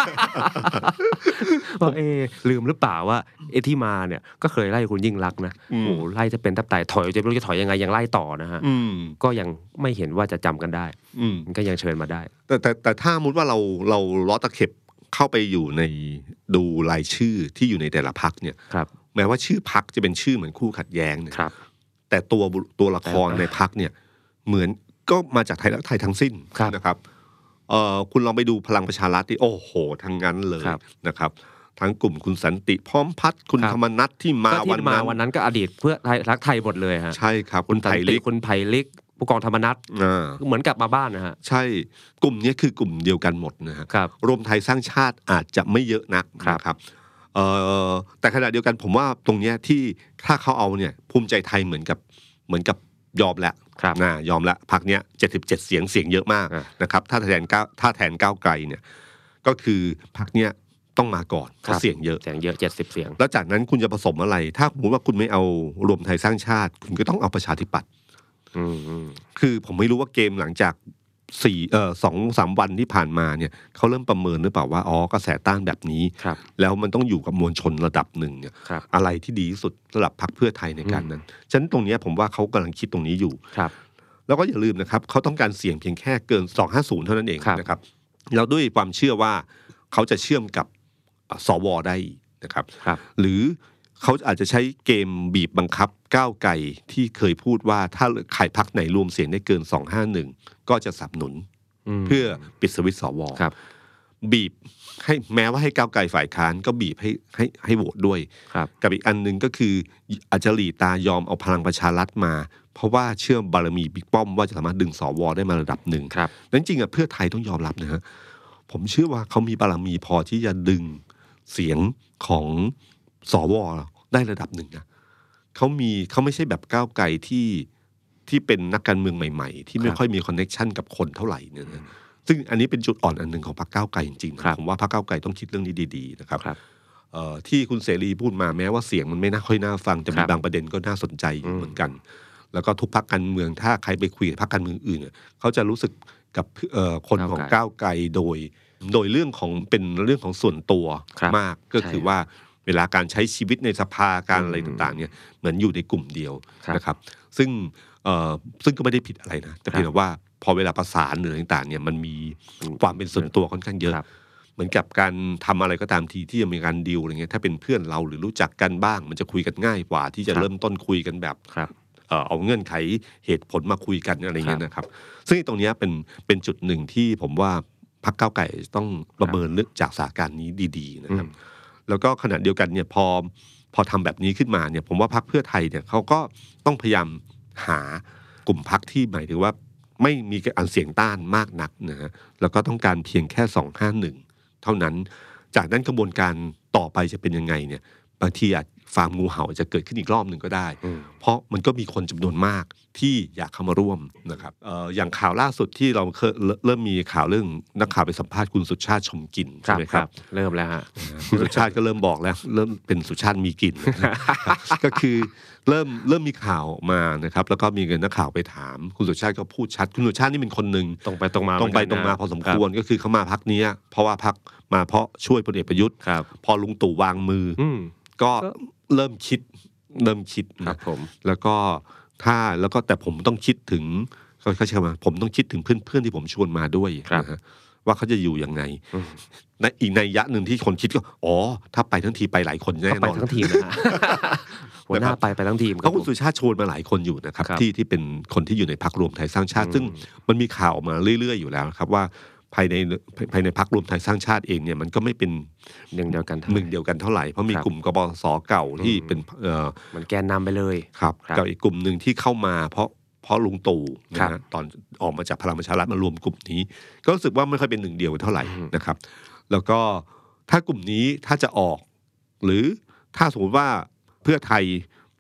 ว่าเอลืมหรือเปล่าว่าไอ้ที่มาเนี่ยก็เคยไล่คุณยิ่งลักษณ์นะโอ้ไล่จะเป็นทับไตถอยจะไม่รู้จะถอยยังไงยังไล่ต่อนะฮะก็ยังไม่เห็นว่าจะจำกันได้ก็ยังเชิญมาได้แต่แต่แต่ถ้ามุดว่าเราเราล้อตะเข็บเข้าไปอยู่ในดูรายชื่อที่อยู่ในแต่ละพรรคเนี่ยแม้ว่าชื่อพรรคจะเป็นชื่อเหมือนคู่ขัดแย้งเนี่ยแต่ตัวตัวละครในพรรคเนี่ยเหมือนก็มาจากไทยรักไทยทั้งสิ้นนะครับเอ่อคุณลองไปดูพลังประชารัฐที่โอ้โหทั้งนั้นเลยนะครับทั้งกลุ่มคุณสันติพร้อมพัฒน์คุณธรรมนัสที่มาวันนั้นวันนั้นก็อดีตเพื่อไทยรักไทยหมดเลยฮะใช่ครับคุณไผ่ลิกคุณไผ่ลิกผู้กองธรรมนัสเหมือนกลับมาบ้านนะฮะใช่กลุ่มนี้คือกลุ่มเดียวกันหมดนะฮะรวมไทยสร้างชาติอาจจะไม่เยอะนักนะครับเอ่อแต่ขณะเดียวกันผมว่าตรงเนี้ยที่ถ้าเขาเอาเนี่ยภูมิใจไทยเหมือนกับเหมือนกับยอมแล้วนะยอมแล้วพรรคเนี้ยเจ็ดสิบเจ็ดเสียงเสียงเยอะมากนะครับถ้าแทนก้าวถ้าแทนก้าวไกลเนี่ยก็คือพรรคเนี้ยต้องมาก่อนเพราะเสียงเยอะเสียงเยอะเจ็ดสิบเสียงแล้วจากนั้นคุณจะผสมอะไรถ้าสมมติว่าคุณไม่เอารวมไทยสร้างชาติคุณก็ต้องเอาประชาธิปัตย์คือผมไม่รู้ว่าเกมหลังจากสี่เอ่อสองสามวันที่ผ่านมาเนี่ยเขาเริ่มประเมินหรือเปล่าว่าอ๋อกระแสต้านแบบนี้แล้วมันต้องอยู่กับมวลชนระดับหนึ่งเนี่ยอะไรที่ดีที่สุดสำหรับพรรคเพื่อไทยในการนั้นฉะนั้นตรงนี้ผมว่าเขากำลังคิดตรงนี้อยู่แล้วก็อย่าลืมนะครับเขาต้องการเสียงเพียงแค่เกินสองร้อยห้าสิบเท่านั้นเองนะครับแล้วด้วยความเชื่อว่าเขาจะเชื่อมกับสวได้นะครับหรือเขาอาจจะใช้เกมบีบบังคับก้าวไกลที่เคยพูดว่าถ้าใครพรรคไหนรวมเสียงได้เกินสองร้อยห้าสิบก็จะสนับสนุนเพื่อปิดสวิตช์สวบีบให้แม้ว่าให้ก้าวไกลฝ่ายค้านก็บีบให้ให้ให้โหวตด้วยกับอีกอันนึงก็คืออาจจะหลีตายอมเอาพลังประชารัฐมาเพราะว่าเชื่อบารมีบิ๊กป้อมว่าจะสามารถดึงสวได้มาระดับหนึ่งนั้นจริงอ่ะเพื่อไทยต้องยอมรับนะฮะผมเชื่อว่าเขามีบารมีพอที่จะดึงเสียงของสวได้ระดับหนึ่งนะเขามีเขาไม่ใช่แบบก้าวไกลที่ที่เป็นนักการเมืองใหม่ๆที่ไม่ค่อยมีคอนเนคชั่นกับคนเท่าไหร่เนี่ยนะซึ่งอันนี้เป็นจุดอ่อนอันหนึ่งของพรรคก้าวไกลจริงๆผมว่าพรรคก้าวไกลต้องคิดเรื่องนี้ดีๆนะครับที่คุณเสรีพูดมาแม้ว่าเสียงมันไม่น่าค่อยน่าฟังแต่มีบางประเด็นก็น่าสนใจเหมือนกันแล้วก็ทุกพรรคการเมืองถ้าใครไปคุยกับพรรคการเมืองอื่นเขาจะรู้สึกกับคนของก้าวไกลโดยโดยเรื่องของเป็นเรื่องของส่วนตัวมากก็คือว่าเวลาการใช้ชีวิตในสภาการอะไรต่างๆเนี่ยเหมือนอยู่ในกลุ่มเดียวนะครับซึ่งซึ่งก็ไม่ได้ผิดอะไรนะแต่เพียงแต่ว่าพอเวลาประสานหรืออะไรต่างๆเนี่ยมันมีความเป็นส่วนตัวค่อนข้างเยอะเหมือนกับการทำอะไรก็ตามทีที่จะมีการดีลอะไรเงี้ยถ้าเป็นเพื่อนเราหรือรู้จักกันบ้างมันจะคุยกันง่ายกว่าที่จะเริ่มต้นคุยกันแบบเอาเงื่อนไขเหตุผลมาคุยกันอะไรเงี้ยนะครับซึ่งตรงนี้เป็นเป็นจุดหนึ่งที่ผมว่าพรรคก้าวไกลต้องประเมินเรื่องจากสถานการณ์นี้ดีๆนะครับแล้วก็ขณะเดียวกันเนี่ยพอพอทำแบบนี้ขึ้นมาเนี่ยผมว่าพรรคเพื่อไทยเนี่ยเขาก็ต้องพยายามหากลุ่มพรรคที่หมายถึงว่าไม่มีอันเสียงต้านมากนักนะฮะแล้วก็ต้องการเพียงแค่สองร้อยห้าสิบเท่านั้นจากนั้นกระบวนการต่อไปจะเป็นยังไงเนี่ยบางทีอาจฟาร์มงูเห่าจะเกิดขึ้นอีกรอบหนึ่งก็ได้เพราะมันก็มีคนจำนวนมากที่อยากเข้ามาร่วมนะครับ เอ่อ อย่างข่าวล่าสุดที่เราเริ่มมีข่าวเรื่องนักข่าวไปสัมภาษณ์คุณสุชาติชมกลิ่นใช่ไหมครับเริ่มแล้วฮะคุณสุชาติก็เริ่มบอกแล้วเริ่มเป็นสุชาติมีกลิ่น ก็คือเริ่มเริ่มมีข่าวมานะครับแล้วก็มีนักข่าวไปถามคุณสุชาติก็พูดชัดคุณสุชาตินี่เป็นคนหนึ่งตรงไปตรงมาตรงไปตรงมาพอสมควรก็คือเขามาพรรคนี้เพราะว่าพรรคมาเพราะช่วยพลเอกประยุทธ์พอลุงตู่วางมือก็เริ่มคิดเริ่มคิดครับผมแล้วก็ถ้าแล้วก็แต่ผมต้องคิดถึงเขาใช้คำว่าผมต้องคิดถึงเพื่อนๆที่ผมชวนมาด้วยนะฮะว่าเขาจะอยู่ยังไงในอีกในยะหนึ่งที่คนคิดก็อ๋อถ้าไปทั้งทีไปหลายคนแน่นอนไปทั้งทีมนะหัวหน้าไปไปทั้งทีมเพราะคุณสุชาติชวนมาหลายคนอยู่นะครับที่ที่เป็นคนที่อยู่ในพรรครวมไทยสร้างชาติซึ่งมันมีข่าวมาเรื่อยๆอยู่แล้วครับว่าภายในภายในพรรครวมไทยสร้างชาติเองเนี่ยมันก็ไม่เป็นหนึ่งเดียวกันหนึ่งเดียวกันเท่าไหร่เพราะมีกลุ่มกบสเก่าที่เป็นเอ่อมันแกนนำไปเลยครับกับอีกกลุ่มหนึ่งที่เข้ามาเพราะเพราะลุงตู่นะฮะตอนออกมาจากพลังประชารัฐมารวมกลุ่มนี้ก็รู้สึกว่าไม่ค่อยเป็นหนึ่งเดียวเท่าไหร่นะครับแล้วก็ถ้ากลุ่มนี้ถ้าจะออกหรือถ้าสมมติว่าเพื่อไทย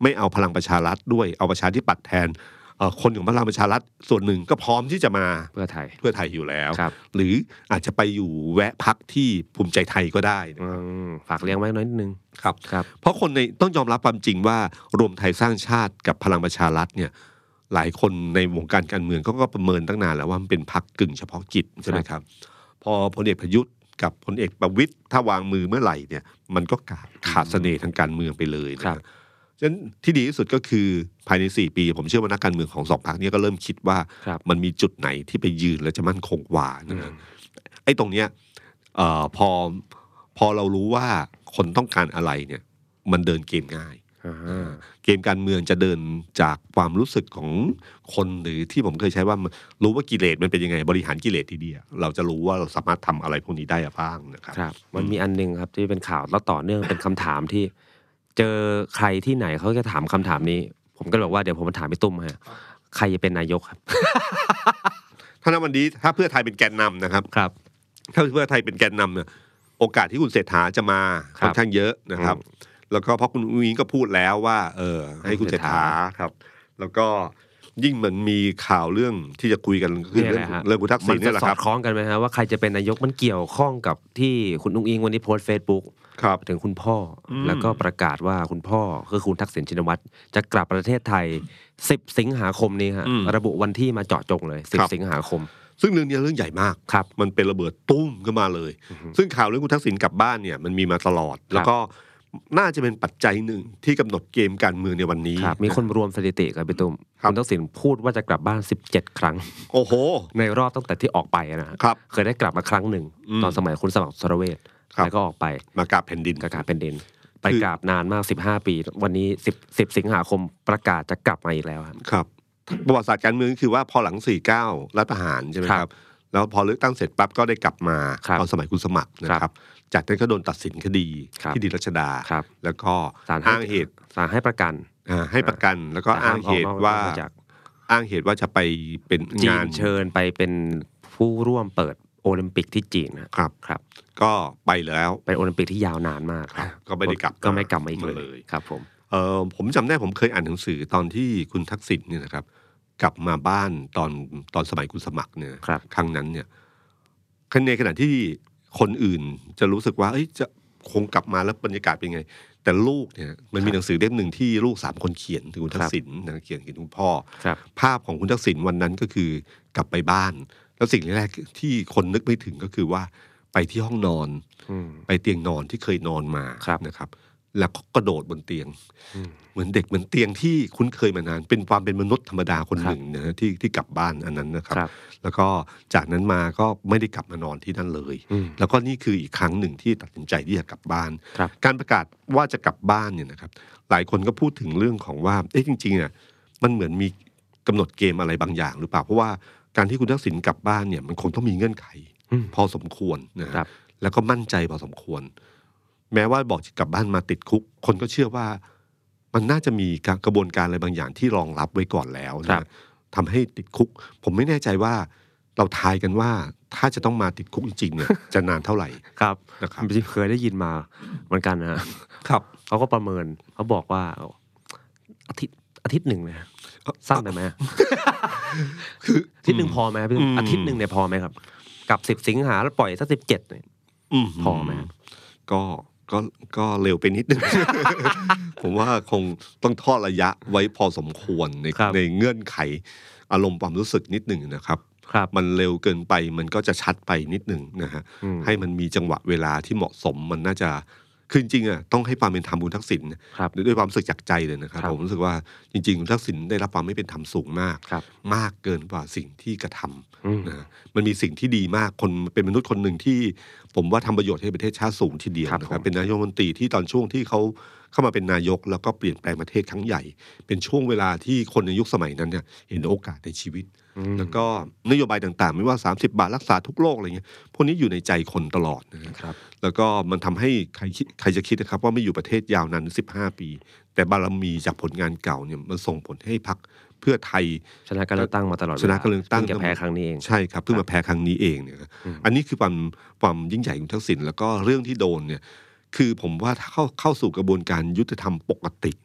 ไม่เอาพลังประชารัฐด้วยเอาประชาธิปัตย์แทนคนของพลังประชารัฐส่วนหนึ่งก็พร้อมที่จะมาเพื่อไทยเพื่อไทยอยู่แล้วหรืออาจจะไปอยู่แวะพักที่ภูมิใจไทยก็ได้ฝากเลี้ยงไว้น้อยนึงครับเพราะคนในต้องยอมรับความจริงว่ารวมไทยสร้างชาติกับพลังประชารัฐเนี่ยหลายคนในวงการการเมืองเขาก็ประเมินตั้งนานแล้วว่ามันเป็นพรรคกึ่งเฉพาะกิจใช่ไหมครับพอพลเอกประยุทธ์กับพลเอกประวิตรถ้าวางมือเมื่อไหร่เนี่ยมันก็ขาดเสน่ห์ทางการเมืองไปเลยนะฉะนั้นที่ดีที่สุดก็คือภายในสี่ปีผมเชื่อว่านักการเมืองของสองพรรคนี้ก็เริ่มคิดว่ามันมีจุดไหนที่ไปยืนและจะมั่นคงกว่านะไอ้ตรงเนี้ยเอ่อพอพอเรารู้ว่าคนต้องการอะไรเนี่ยมันเดินเกมง่ายเกมการเมืองจะเดินจากความรู้สึกของคนหรือที่ผมเคยใช้ว่ารู้ว่ากิเลสมันเป็นยังไงบริหารกิเลสทีเดียวเราจะรู้ว่าเราสามารถทำอะไรพวกนี้ได้บ้างนะครับครับมันมีอันนึงครับที่เป็นข่าวแล้วต่อเนื่องเป็นคำถามที่เจอใครที่ไหนเขาจะถามคำถามนี้ผมก็บอกว่าเดี๋ยวผมมาถามพี่ตุ้มฮะใครจะเป็นนายกครับถ้าในวันนี้ถ้าเพื่อไทยเป็นแกนนำนะครับครับถ้าเพื่อไทยเป็นแกนนำเนี่ยโอกาสที่คุณเศรษฐาจะมาค่อนข้างเยอะนะครับแล้วก็เพราะคุณอุ้งก็พูดแล้วว่าเออให้คุณเศรษฐาครับแล้วก็ยิ่งเหมือนมีข่าวเรื่องที่จะคุยกันคือเรื่องเรื่องคุณทักษิณนี่แหละครับมันจะสอดคล้องกันไหมฮะว่าใครจะเป็นนายกมันเกี่ยวข้องกับที่คุณอุ้งอิงวันนี้โพสต์ Facebook ถึงคุณพ่อแล้วก็ประกาศว่าคุณพ่อคือคุณทักษิณชินวัตรจะกลับประเทศไทยสิบสิงหาคมนี้ฮะระบุวันที่มาเจาะจงเลยสิบสิงหาคมซึ่งเรื่องนี้เรื่องใหญ่มากมันเป็นระเบิดตุ้มขึ้นมาเลยซึ่งข่าวเรื่องคุณทักษิณกลับบ้านเนี่ยมันมีมาตลอดแล้วก็น่าจะเป็นปัจจัยหนึ่งที่กำหนดเกมการเมืองในวันนี้มีคนรวมสถิติครับพี่ตุ้มคุณทักษิณพูดว่าจะกลับบ้านสิบเจ็ดครั้งโอ้โหในรอบตั้งแต่ที่ออกไปนะครับเคยได้กลับมาครั้งหนึ่งตอนสมัยคุณสมัครสรเวชแล้วก็ออกไปมากราบแผ่นดินกราบแผ่นดินไปกราบนานมากสิบห้าปีวันนี้สิบ สิบสิงหาคมประกาศจะกลับมาอีกแล้วครับประวัติศาสตร์การเมืองคือว่าพอหลังสี่สิบเก้ารัฐประหารใช่ไหมครับแล้วพอเลือกตั้งเสร็จปั๊บก็ได้กลับมาตอนสมัยคุณสมัครนะครับจากนั้นก็โดนตัดสินคดีที่ดินรัชดาแล้วก็อ้างเหตุศาลให้ประกันให้ประกันแล้วก็อ้างเหตุว่าอ้างเหตุว่าจะไปเป็นงานเชิญไปเป็นผู้ร่วมเปิดโอลิมปิกที่จีนนะครับครับก็ไปแล้วเป็นโอลิมปิกที่ยาวนานมากก็ไม่ได้กลับก็ไม่กลับมาอีกเลยครับผมเออผมจำได้ผมเคยอ่านหนังสือตอนที่คุณทักษิณเนี่ยนะครับกลับมาบ้านตอนตอนสมัยคุณสมัครเนี่ยครั้งนั้นเนี่ยในขณะที่คนอื่นจะรู้สึกว่าเอ้ยจะคงกลับมาแล้วบรรยากาศเป็นไงแต่ลูกเนี่ยมันมีหนังสือเล่มหนึ่งที่ลูกสามคนเขียนถึงคุณทักษิณนะเขียนถึงคุณพ่อภาพของคุณทักษิณวันนั้นก็คือกลับไปบ้านแล้วสิ่งแรกที่คนนึกไม่ถึงก็คือว่าไปที่ห้องนอนไปเตียงนอนที่เคยนอนมานะครับแล้วก็กระโดดบนเตียงเหมือนเด็กเหมือนเตียงที่คุ้นเคยมานานเป็นความเป็นมนุษย์ธรรมดาคนหนึ่งนะที่ที่กลับบ้านอันนั้นนะครับแล้วก็จากนั้นมาก็ไม่ได้กลับมานอนที่นั่นเลยแล้วก็นี่คืออีกครั้งหนึ่งที่ตัดสินใจที่จะกลับบ้านการประกาศว่าจะกลับบ้านเนี่ยนะครับหลายคนก็พูดถึงเรื่องของว่าเอ๊ะจริงๆอ่ะมันเหมือนมีกำหนดเกมอะไรบางอย่างหรือเปล่าเพราะว่าการที่คุณทักษิณกลับบ้านเนี่ยมันคงต้องมีเงื่อนไขพอสมควรนะครับแล้วก็มั่นใจพอสมควรแม้ว่าบอกจะกลับบ้านมาติดคุกคนก็เชื่อว่ามันน่าจะมีกระบวนการอะไรบางอย่างที่รองรับไว้ก่อนแล้วนะทำให้ติดคุกผมไม่แน่ใจว่าเราทายกันว่าถ้าจะต้องมาติดคุกจริงๆเนี่ยจะนานเท่าไหร่ครับนะครับเคยได้ยินมาเหมือนกันนะครับเขาก็ประเมินเขาบอกว่าอาทิตย์อาทิตย์หนึ่งนะสั้นไปไหมคืออาทิตย์หนึ่งพอไหมพี่อาทิตย์หนึ่งเนี่ยพอไหมครับกับสิบสิงหาแล้วปล่อยสักสิบเจ็ดเนี่ยพอไหมก็ก็ก็เร็วไปนิดนึง ผมว่าคงต้องทอดระยะไว้พอสมควรในในเงื่อนไขอารมณ์ความรู้สึกนิดหนึ่งนะครับมันเร็วเกินไปมันก็จะชัดไปนิดหนึ่งนะฮะให้มันมีจังหวะเวลาที่เหมาะสมมันน่าจะคือจริงๆอ่ะต้องให้ความเป็นธรรมคุณทักษิณด้วยความรู้สึกจากใจเลยนะครับผมรู้สึกว่าจริงๆคุณทักษิณได้รับความไม่เป็นธรรมสูงมากมากเกินกว่าสิ่งที่กระทำนะมันมีสิ่งที่ดีมากคนเป็นมนุษย์คนหนึ่งที่ผมว่าทำประโยชน์ให้ประเทศชาติสูงทีเดียวนะครับเป็นนายกรัฐมนตรีที่ตอนช่วงที่เขาเข้ามาเป็นนายกแล้วก็เปลี่ยนแปลงประเทศครั้งใหญ่เป็นช่วงเวลาที่คนในยุคสมัยนั้นเนี่ยเห็นโอกาสในชีวิตแล้วก็นโยบายต่างๆไม่ว่าสามสิบบาทรักษาทุกโรคอะไรเงี้ยพวกนี้อยู่ในใจคนตลอดนะครับแล้วก็มันทำให้ใครใครจะคิดนะครับว่าไม่อยู่ประเทศยาวนานสิบห้าปีแต่บารมีจากผลงานเก่าเนี่ยมันส่งผลให้พรรคเพื่อไทยชนะการเลือกตั้งมาตลอดชนะการเลือกตั้งจะแพ้ครั้งนี้เองใช่ครับเพิ่งมาแพ้ครั้งนี้เองเนี่ยอันนี้คือความความยิ่งใหญ่ของทักษิณแล้วก็เรื่องที่โดนเนี่ยคือผมว่าถ้าเข้าเข้าสู่กระบวนการยุติธรรมปกติเนี่ย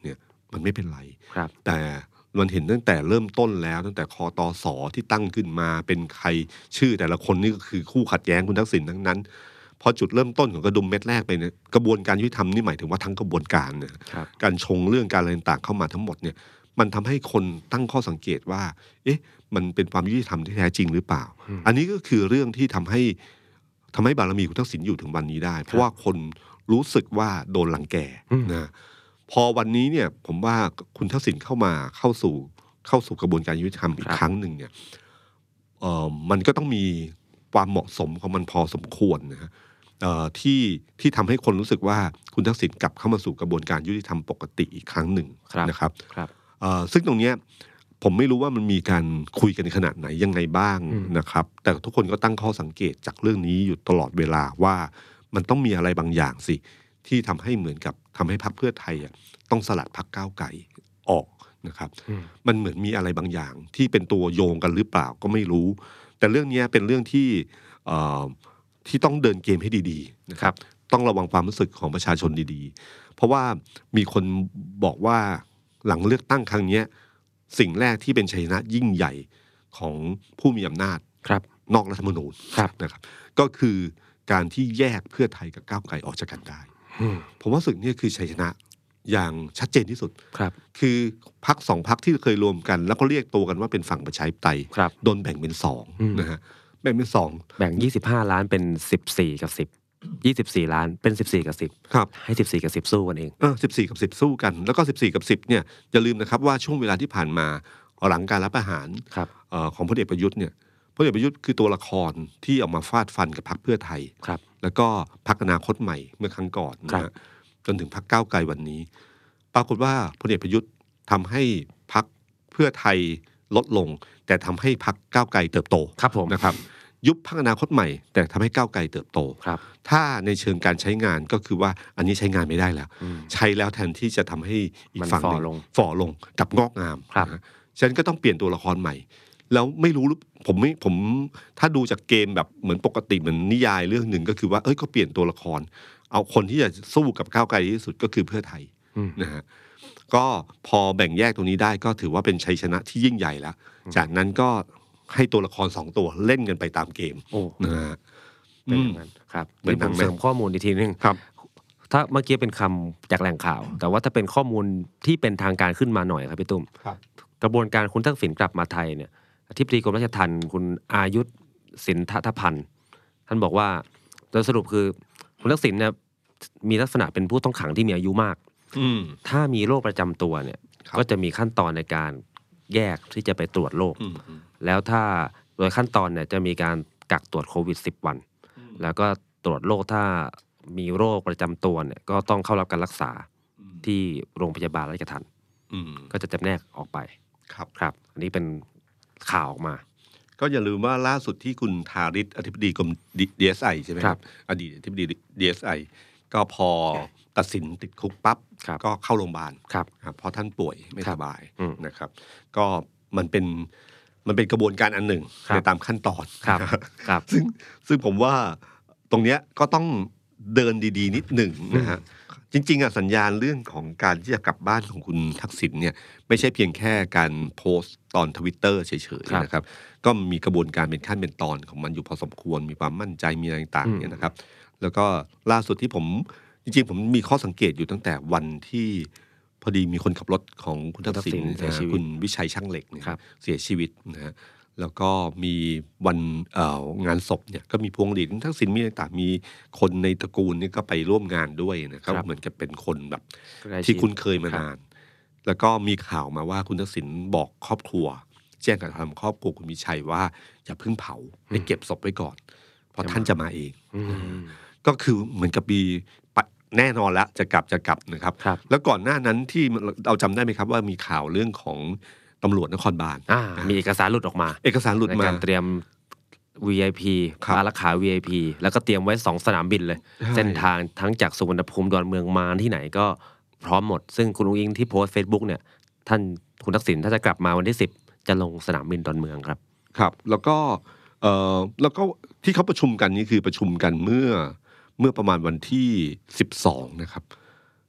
มันไม่เป็นไรครับแต่มันเห็นตั้งแต่เริ่มต้นแล้วตั้งแต่คตสที่ตั้งขึ้นมาเป็นใครชื่อแต่ละคนนี่ก็คือคู่ขัดแย้งคุณทักษิณทั้งนั้นพอจุดเริ่มต้นของกระดุมเม็ดแรกไปเนี่ยกระบวนการยุติธรรมนี่หมายถึงว่าทั้งกระบวนการเนี่ยการชงเรื่องการอะไรต่างเข้ามาทั้งหมดเนี่ยมันทำให้คนตั้งข้อสังเกตว่าเอ๊ะมันเป็นความยุติธรรมที่แท้จริงหรือเปล่าอันนี้ก็คือเรื่องที่ทำให้ทำให้บารมีคุณทักษิณอยู่ถึงวันนี้ได้เพราะว่าคนรู้สึกว่าโดนรังแกนะพอวันนี้เนี่ยผมว่าคุณทักษิณเข้ามาเข้าสู่เข้าสู่กระบวนการยุติธรรมอีกครั้งหนึ่งเนี่ยเอ่อมันก็ต้องมีความเหมาะสมของมันพอสมควรนะฮะที่ที่ทำให้คนรู้สึกว่าคุณทักษิณกลับเข้ามาสู่กระบวนการยุติธรรมปกติอีกครั้งหนึ่งนะครับซึ่งตรงนี้ผมไม่รู้ว่ามันมีการคุยกันในขนาดไหนยังไงบ้างนะครับแต่ทุกคนก็ตั้งข้อสังเกตจากเรื่องนี้อยู่ตลอดเวลาว่ามันต้องมีอะไรบางอย่างสิที่ทำให้เหมือนกับทำให้พรรคเพื่อไทยต้องสลัดพรรคก้าวไกลออกนะครับมันเหมือนมีอะไรบางอย่างที่เป็นตัวโยงกันหรือเปล่าก็ไม่รู้แต่เรื่องนี้เป็นเรื่องที่ที่ต้องเดินเกมให้ดีๆนะครับต้องระวังความรู้สึกของประชาชนดีๆเพราะว่ามีคนบอกว่าหลังเลือกตั้งครั้งนี้สิ่งแรกที่เป็นชัยชนะยิ่งใหญ่ของผู้มีอำนาจนอกรัฐธรรมนูญนะครับก็คือการที่แยกเพื่อไทยกับก้าวไกลออกจากกันได้ผมว่าสิ่งนี้คือชัยชนะอย่างชัดเจนที่สุดครับคือพรรคสองพรรคที่เคยรวมกันแล้วก็เรียกตัวกันว่าเป็นฝั่งประชาธิปไตยโดนแบ่งเป็นสองนะฮะแบ่งเป็นสองแบ่งยี่สิบห้าล้านเป็นสิบสี่กับสิบ ยี่สิบสี่ล้านเป็นสิบสี่กับสิบครับให้สิบสี่กับสิบสู้กันเองเออสิบสี่กับสิบสู้กันแล้วก็สิบสี่กับสิบเนี่ยอย่าลืมนะครับว่าช่วงเวลาที่ผ่านมาหลังการรัฐประหารเอ่อของพลเอกประยุทธ์เนี่ยพลเอกประยุทธ์คือตัวละครที่ออกมาฟาดฟันกับพรรคเพื่อไทยครับแล้วก็พรรคอนาคตใหม่เมื่อครั้งก่อนนะฮะจนถึงพรรคก้าวไกลวันนี้ปรากฏว่าพลเอกประยุทธ์ทำให้พรรคเพื่อไทยลดลงแต่ทำให้พรรคก้าวไกลเติบโตครับผมนะครับยุบพรรคอนาคตใหม่แต่ทำให้ก้าวไกลเติบโตครับถ้าในเชิงการใช้งานก็คือว่าอันนี้ใช้งานไม่ได้แล้วใช้แล้วแทนที่จะทำให้อีกฝั่งหนึ่งฝ่อลงกับงอกงามนะฉะนั้นก็ต้องเปลี่ยนตัวละครใหม่แล้วไม่รู้ผมไม่ผมถ้าดูจากเกมแบบเหมือนปกติเหมือนนิยายเรื่องหนึ่งก็คือว่าเอ้ยก็เปลี่ยนตัวละครเอาคนที่จะสู้กับก้าวไกลที่สุดก็คือเพื่อไทยนะฮะก็พอแบ่งแยกตรงนี้ได้ก็ถือว่าเป็นชัยชนะที่ยิ่งใหญ่แล้วจากนั้นก็ให้ตัวละครสองตัวเล่นกันไปตามเกมนะฮะเป็นอย่างนั้นครับนี่ผมเสริมข้อมูลอีกทีนึงครับถ้าเมื่อกี้เป็นคำจากแหล่งข่าวแต่ว่าถ้าเป็นข้อมูลที่เป็นทางการขึ้นมาหน่อยครับพี่ตุ้มกระบวนการคุณทักษิณกลับมาไทยเนี่ยอธิบดีกรมราชทัณฑ์คุณอายุธสินทพันธ์ท่านบอกว่าโดยสรุปคือคุณทักษิณเนี่ยมีลักษณะเป็นผู้ต้องขังที่มีอายุมากถ้ามีโรคประจำตัวเนี่ยก็จะมีขั้นตอนในการแยกที่จะไปตรวจโรคแล้วถ้าโดยขั้นตอนเนี่ยจะมีการกักตรวจโควิดสิบวันแล้วก็ตรวจโรคถ้ามีโรคประจำตัวเนี่ยก็ต้องเข้ารับการรักษาที่โรงพยาบาลราชทัณฑ์ก็จะจำแนกออกไปครับครับอันนี้เป็นข่าวออกมาก็อย่าลืมว่าล่าสุดที่คุณธาริศอธิบดีกรม ดี เอส ไอ ใช่ไหมครับอดีตอธิบดี ดี เอส ไอ ก็พอตัดสินติดคุกปั๊บก็เข้าโรงพยาบาลเพราะท่านป่วยไม่สบายนะครับก็มันเป็นมันเป็นกระบวนการอันหนึ่งในตามขั้นตอนซึ่งซึ่งผมว่าตรงเนี้ยก็ต้องเดินดีๆนิดหนึ่งนะฮะจริงๆอ่ะสัญญาณเรื่องของการที่จะกลับบ้านของคุณทักษิณเนี่ยไม่ใช่เพียงแค่การโพสต์ตอน Twitter เฉยๆนะครับก็มีกระบวนการเป็นขั้นเป็นตอนของมันอยู่พอสมควรมีความมั่นใจมีอะไรต่างๆเนี่ยนะครับแล้วก็ล่าสุดที่ผมจริงๆผมมีข้อสังเกตอยู่ตั้งแต่วันที่พอดีมีคนขับรถของคุณทักษิณคุณวิชัยช่างเหล็กเนี่ยเสียชีวิตนะฮะแล้วก็มีวันเอ่องานศพเนี่ยก็มีพวงหลีดทักษิณมีต่างมีคนในตระกูลนี่ก็ไปร่วมงานด้วยนะครับเหมือนกับเป็นคนแบบที่คุ้นเคยมานานแล้วก็มีข่าวมาว่าคุณทักษิณบอกครอบครัวแจ้งกับทางครอบครัวคุณวิชัยว่าอย่าเพิ่งเผาให้เก็บศพไว้ก่อนเพราะท่านจะมาเองก็คือเหมือนกับมีแน่นอนแล้วจะกลับจะกลับนะครับแล้วก่อนหน้านั้นที่เราจำได้ไหมครับว่ามีข่าวเรื่องของตำรวจนครบาลมีเอกสารหลุดออกมาเอกสารหลุดมาในการเตรียม วี ไอ พี อารักขา วี ไอ พี แล้วก็เตรียมไว้สองสนามบินเลยเส้นทางทั้งจากสุวรรณภูมิดอนเมืองมาที่ไหนก็พร้อมหมดซึ่งคุณอุ๊งอิ๊งที่โพสต์ Facebook เนี่ยท่านคุณทักษิณถ้าจะกลับมาวันที่สิบจะลงสนามบินดอนเมืองครับครับแล้วก็เอ่อแล้วก็ที่เขาประชุมกันนี่คือประชุมกันเมื่อเมื่อประมาณวันที่สิบสองนะครับ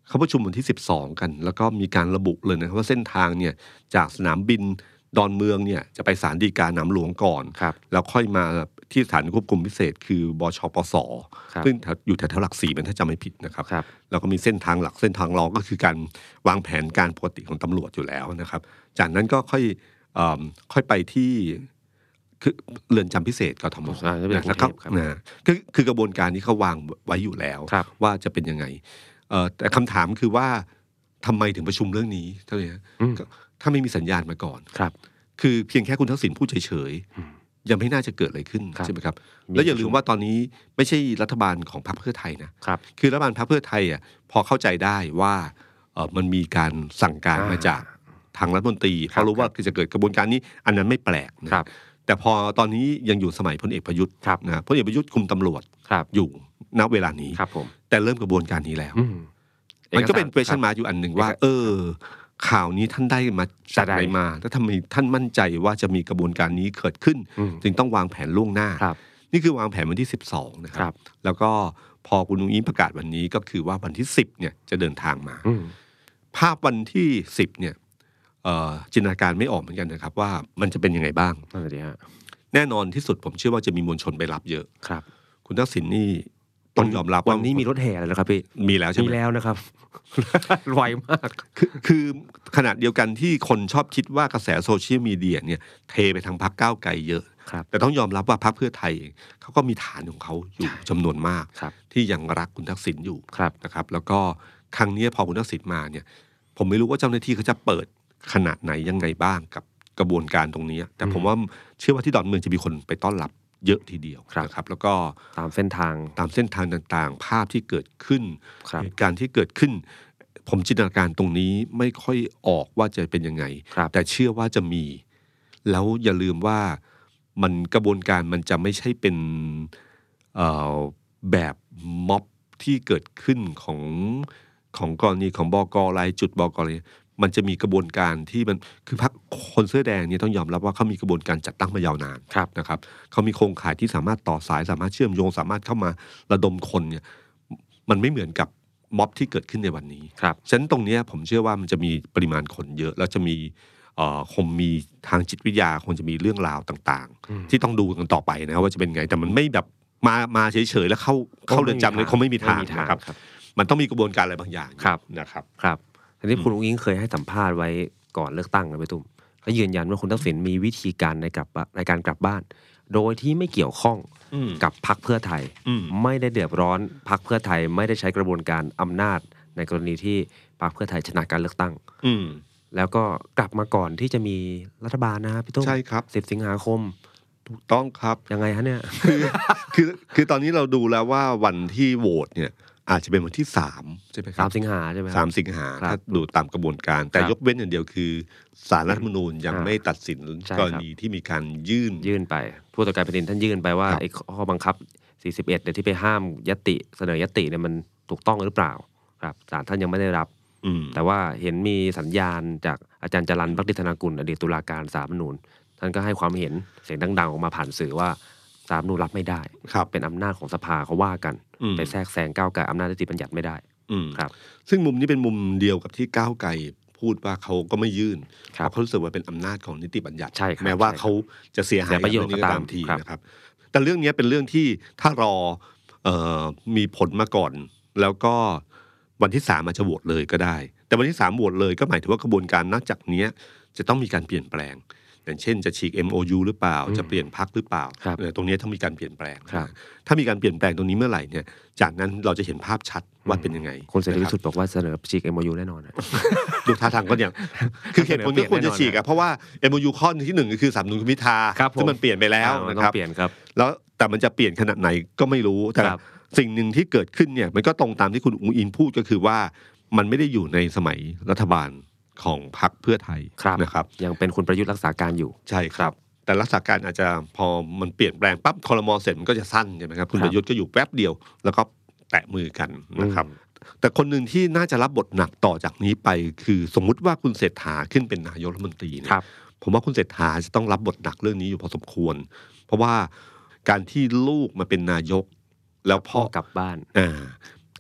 เขาประชุมวันที่สิบสองกันแล้วก็มีการระบุเลยนะครับว่าเส้นทางเนี่ยจากสนามบินดอนเมืองเนี่ยจะไปศาลฎีกาหนามหลวงก่อนแล้วค่อยมาที่สถานควบคุมพิเศษคือบชปสซึ่งอยู่แถวๆหลักสี่เป็นถ้าจำไม่ผิดนะครับแล้วก็มีเส้นทางหลักเส้นทางรองก็คือการวางแผนการปกติของตำรวจอยู่แล้วนะครับจากนั้นก็ค่อยเอ่อค่อยไปที่คือเรือนจำพิเศษกทมนะครับนะคือคือกระบวนการนี้เขาวางไว้อยู่แล้วว่าจะเป็นยังไงแต่คำถามคือว่าทำไมถึงประชุมเรื่องนี้เท่านี้ถ้าไม่มีสัญญาณมาก่อนครับคือเพียงแค่คุณทักษิณพูดเฉยๆยังไม่น่าจะเกิดอะไรขึ้นใช่ไหมครับแล้วอย่าลืมว่าตอนนี้ไม่ใช่รัฐบาลของพรรคเพื่อไทยนะครับคือรัฐบาลพรรคเพื่อไทยอ่ะพอเข้าใจได้ว่าเออมันมีการสั่งการมาจากทางรัฐมนตรีเขารู้ว่าจะเกิดกระบวนการนี้อันนั้นไม่แปลกนะครับแต่พอตอนนี้ยังอยู่สมัยพลเอกประยุทธ์นะพลเอกประยุทธ์คุมตำรวจอยู่ณเวลานี้แต่เริ่มกระบวนการนี้แล้วมันก็เป็น question mark อยู่อันหนึ่งว่าเออข่าวนี้ท่านได้มาจากไหนมาแล้วทำไมท่านมั่นใจว่าจะมีกระบวนการนี้เกิดขึ้นจึงต้องวางแผนล่วงหน้านี่คือวางแผนวันที่สิบสองนะครับแล้วก็พอคุณอุ้งอิ๊งประกาศวันนี้ก็คือว่าวันที่สิบเนี่ยจะเดินทางมาภาพวันที่สิบเนี่ยจินตนาการไม่ออกเหมือนกันนะครับว่ามันจะเป็นยังไงบ้างแน่นอนที่สุดผมเชื่อว่าจะมีมวลชนไปรับเยอะครับคุณทักษิณนี่ต้องยอมรับวันนี้มีรถแห่แล้วนะครับพี่มีแล้วใช่ไหมมีแล้วนะครับไวมากคือคือขณะเดียวกันที่คนชอบคิดว่ากระแสโซเชียลมีเดียเนี่ยเทไปทางพรรคก้าวไกลเยอะแต่ต้องยอมรับว่าพรรคเพื่อไทยเขาก็มีฐานของเขาอยู่จำนวนมากที่ยังรักคุณทักษิณอยู่นะครับแล้วก็ครั้งนี้พอคุณทักษิณมาเนี่ยผมไม่รู้ว่าเจ้าหน้าที่เขาจะเปิดขนาดไหนยังไงบ้างกับกระบวนการตรงนี้แต่ผมว่าเชื่อว่าที่ดอนเมืองจะมีคนไปต้อนรับเยอะทีเดียวนะครับแล้วก็ตามเส้นทางตามเส้นทางต่างๆภาพที่เกิดขึ้นเหตุการณ์ที่เกิดขึ้นผมจินตนาการตรงนี้ไม่ค่อยออกว่าจะเป็นยังไงแต่เชื่อว่าจะมีแล้วอย่าลืมว่ามันกระบวนการมันจะไม่ใช่เป็นแบบม็อบที่เกิดขึ้นของของกรณีของบก.รายจุดบก.อะไรมันจะมีกระบวนการที่มันคือพรรคคนเสื้อแดงเนี่ยต้องยอมรับว่าเขามีกระบวนการจัดตั้งมายาวนานนะครับเขามีโครงข่ายที่สามารถต่อสายสามารถเชื่อมโยงสามารถเข้ามาระดมคนเนี่ยมันไม่เหมือนกับม็อบที่เกิดขึ้นในวันนี้ฉะนั้นตรงนี้ผมเชื่อว่ามันจะมีปริมาณคนเยอะแล้วจะมีคงมีทางจิตวิทยาคงจะมีเรื่องราวต่างๆที่ต้องดูกันต่อไปนะครับว่าจะเป็นไงแต่มันไม่แบบมามาเฉยๆแล้วเข้าเข้าเรือนจำเลยคงไม่มีทางนะครับมันต้องมีกระบวนการอะไรบางอย่างนะครับครับทีนี้คุณอุ้งอิ๊งเคยให้สัมภาษณ์ไว้ก่อนเลือกตั้งนะพี่ตุ้มเขายืนยันว่าคุณทักษิณมีวิธีการในกลับในการกลับบ้านโดยที่ไม่เกี่ยวข้องกับพรรคเพื่อไทยไม่ได้เดือดร้อนพรรคเพื่อไทยไม่ได้ใช้กระบวนการอำนาจในกรณีที่พรรคเพื่อไทยชนะการเลือกตั้งแล้วก็กลับมาก่อนที่จะมีรัฐบาลนะพี่ตุ้มใช่ครับสิบสิงหาคมถูกต้องครับยังไงฮะเนี่ยคือคือคือตอนนี้เราดูแล้วว่าวันที่โหวตเนี่ยอาจจะเป็นวันที่สามใช่ไหมครับสามสิงหาใช่ไหมสามสิงหาถ้าดูตามกระบวนการแต่ยกเว้นอย่างเดียวคือศาลรัฐธรรมนูญยังไม่ตัดสินกรณีที่มีการยื่นยื่นไปผู้ตรวจการแผ่นดินท่านยื่นไปว่าไอ้ข้อบังคับสี่สิบเอ็ดเนี่ยที่ไปห้ามยติเสนอยติเนี่ยมันถูกต้องหรือเปล่าครับศาลท่านยังไม่ได้รับแต่ว่าเห็นมีสัญญาณจากอาจารย์จรัญ ภักดิธนากุลอดีตตุลาการศาลรัฐธรรมนูญท่านก็ให้ความเห็นเสียงดังๆออกมาผ่านสื่อว่าศาลรัฐธรรมนูญรับไม่ได้เป็นอำนาจของสภาเขาว่ากันไปแทรกแซงก้าวไกลอำนาจนิติบัญญัติไม่ได้ครับซึ่งมุมนี้เป็นมุมเดียวกับที่ก้าวไกลพูดว่าเขาก็ไม่ยื่นเพราะเขารู้สึกว่าเป็นอำนาจของนิติบัญญัติแม้ว่าเขาจะเสียหายประโยชน์ก็ตามทีนะครับแต่เรื่องนี้เป็นเรื่องที่ถ้ารอเอ่อมีผลมาก่อนแล้วก็วันที่สามอาจจะโหวตเลยก็ได้แต่วันที่สามโหวตเลยก็หมายถึงว่ากระบวนการนับจากนี้จะต้องมีการเปลี่ยนแปลงอย่างเช่นจะฉีก เอ็ม โอ ยู หรือเปล่าจะเปลี่ยนพรรคหรือเปล่าตรงนี้ต้องมีการเปลี่ยนแปลงถ้ามีการเปลี่ยนแปลงตรงนี้เมื่อไหร่เนี่ยจากนั้นเราจะเห็นภาพชัดว่าเป็นยังไงคนเสรีพิสุทธิ์บอกว่าเสนอฉีก เอ็ม โอ ยู แน่นอนดูท่าทางก็เนี่ยคือเหตุผลก็ควรจะฉีกอะเพราะว่า เอ็ม โอ ยู ข้อที่หนึ่งก็คือสามนุนคุณพิธาซึ่งมันเปลี่ยนไปแล้วนะครับแล้วแต่มันจะเปลี่ยนขนาดไหนก็ไม่รู้แต่สิ่งหนึ่งที่เกิดขึ้นเนี่ยมันก็ตรงตามที่คุณอุ้งอิงพูดก็คือว่ามันไม่ได้อยู่ในสมัยรัฐบาลของพรรคเพื่อไทยนะครับยังเป็นคุณประยุทธ์รักษาการอยู่ใช่ครับแต่รักษาการอาจจะพอมันเปลี่ยนแปลงปั๊บครม.เสร็จมันก็จะสั้นใช่ไหมครับคุณประยุทธ์ก็อยู่แป๊บเดียวแล้วก็แตะมือกันนะครับแต่คนหนึ่งที่น่าจะรับบทหนักต่อจากนี้ไปคือสมมุติว่าคุณเศรษฐาขึ้นเป็นนายกรัฐมนตรีเนี่ยผมว่าคุณเศรษฐาจะต้องรับบทหนักเรื่องนี้อยู่พอสมควรเพราะว่าการที่ลูกมาเป็นนายกแล้วพ่อกลับบ้านอ่าท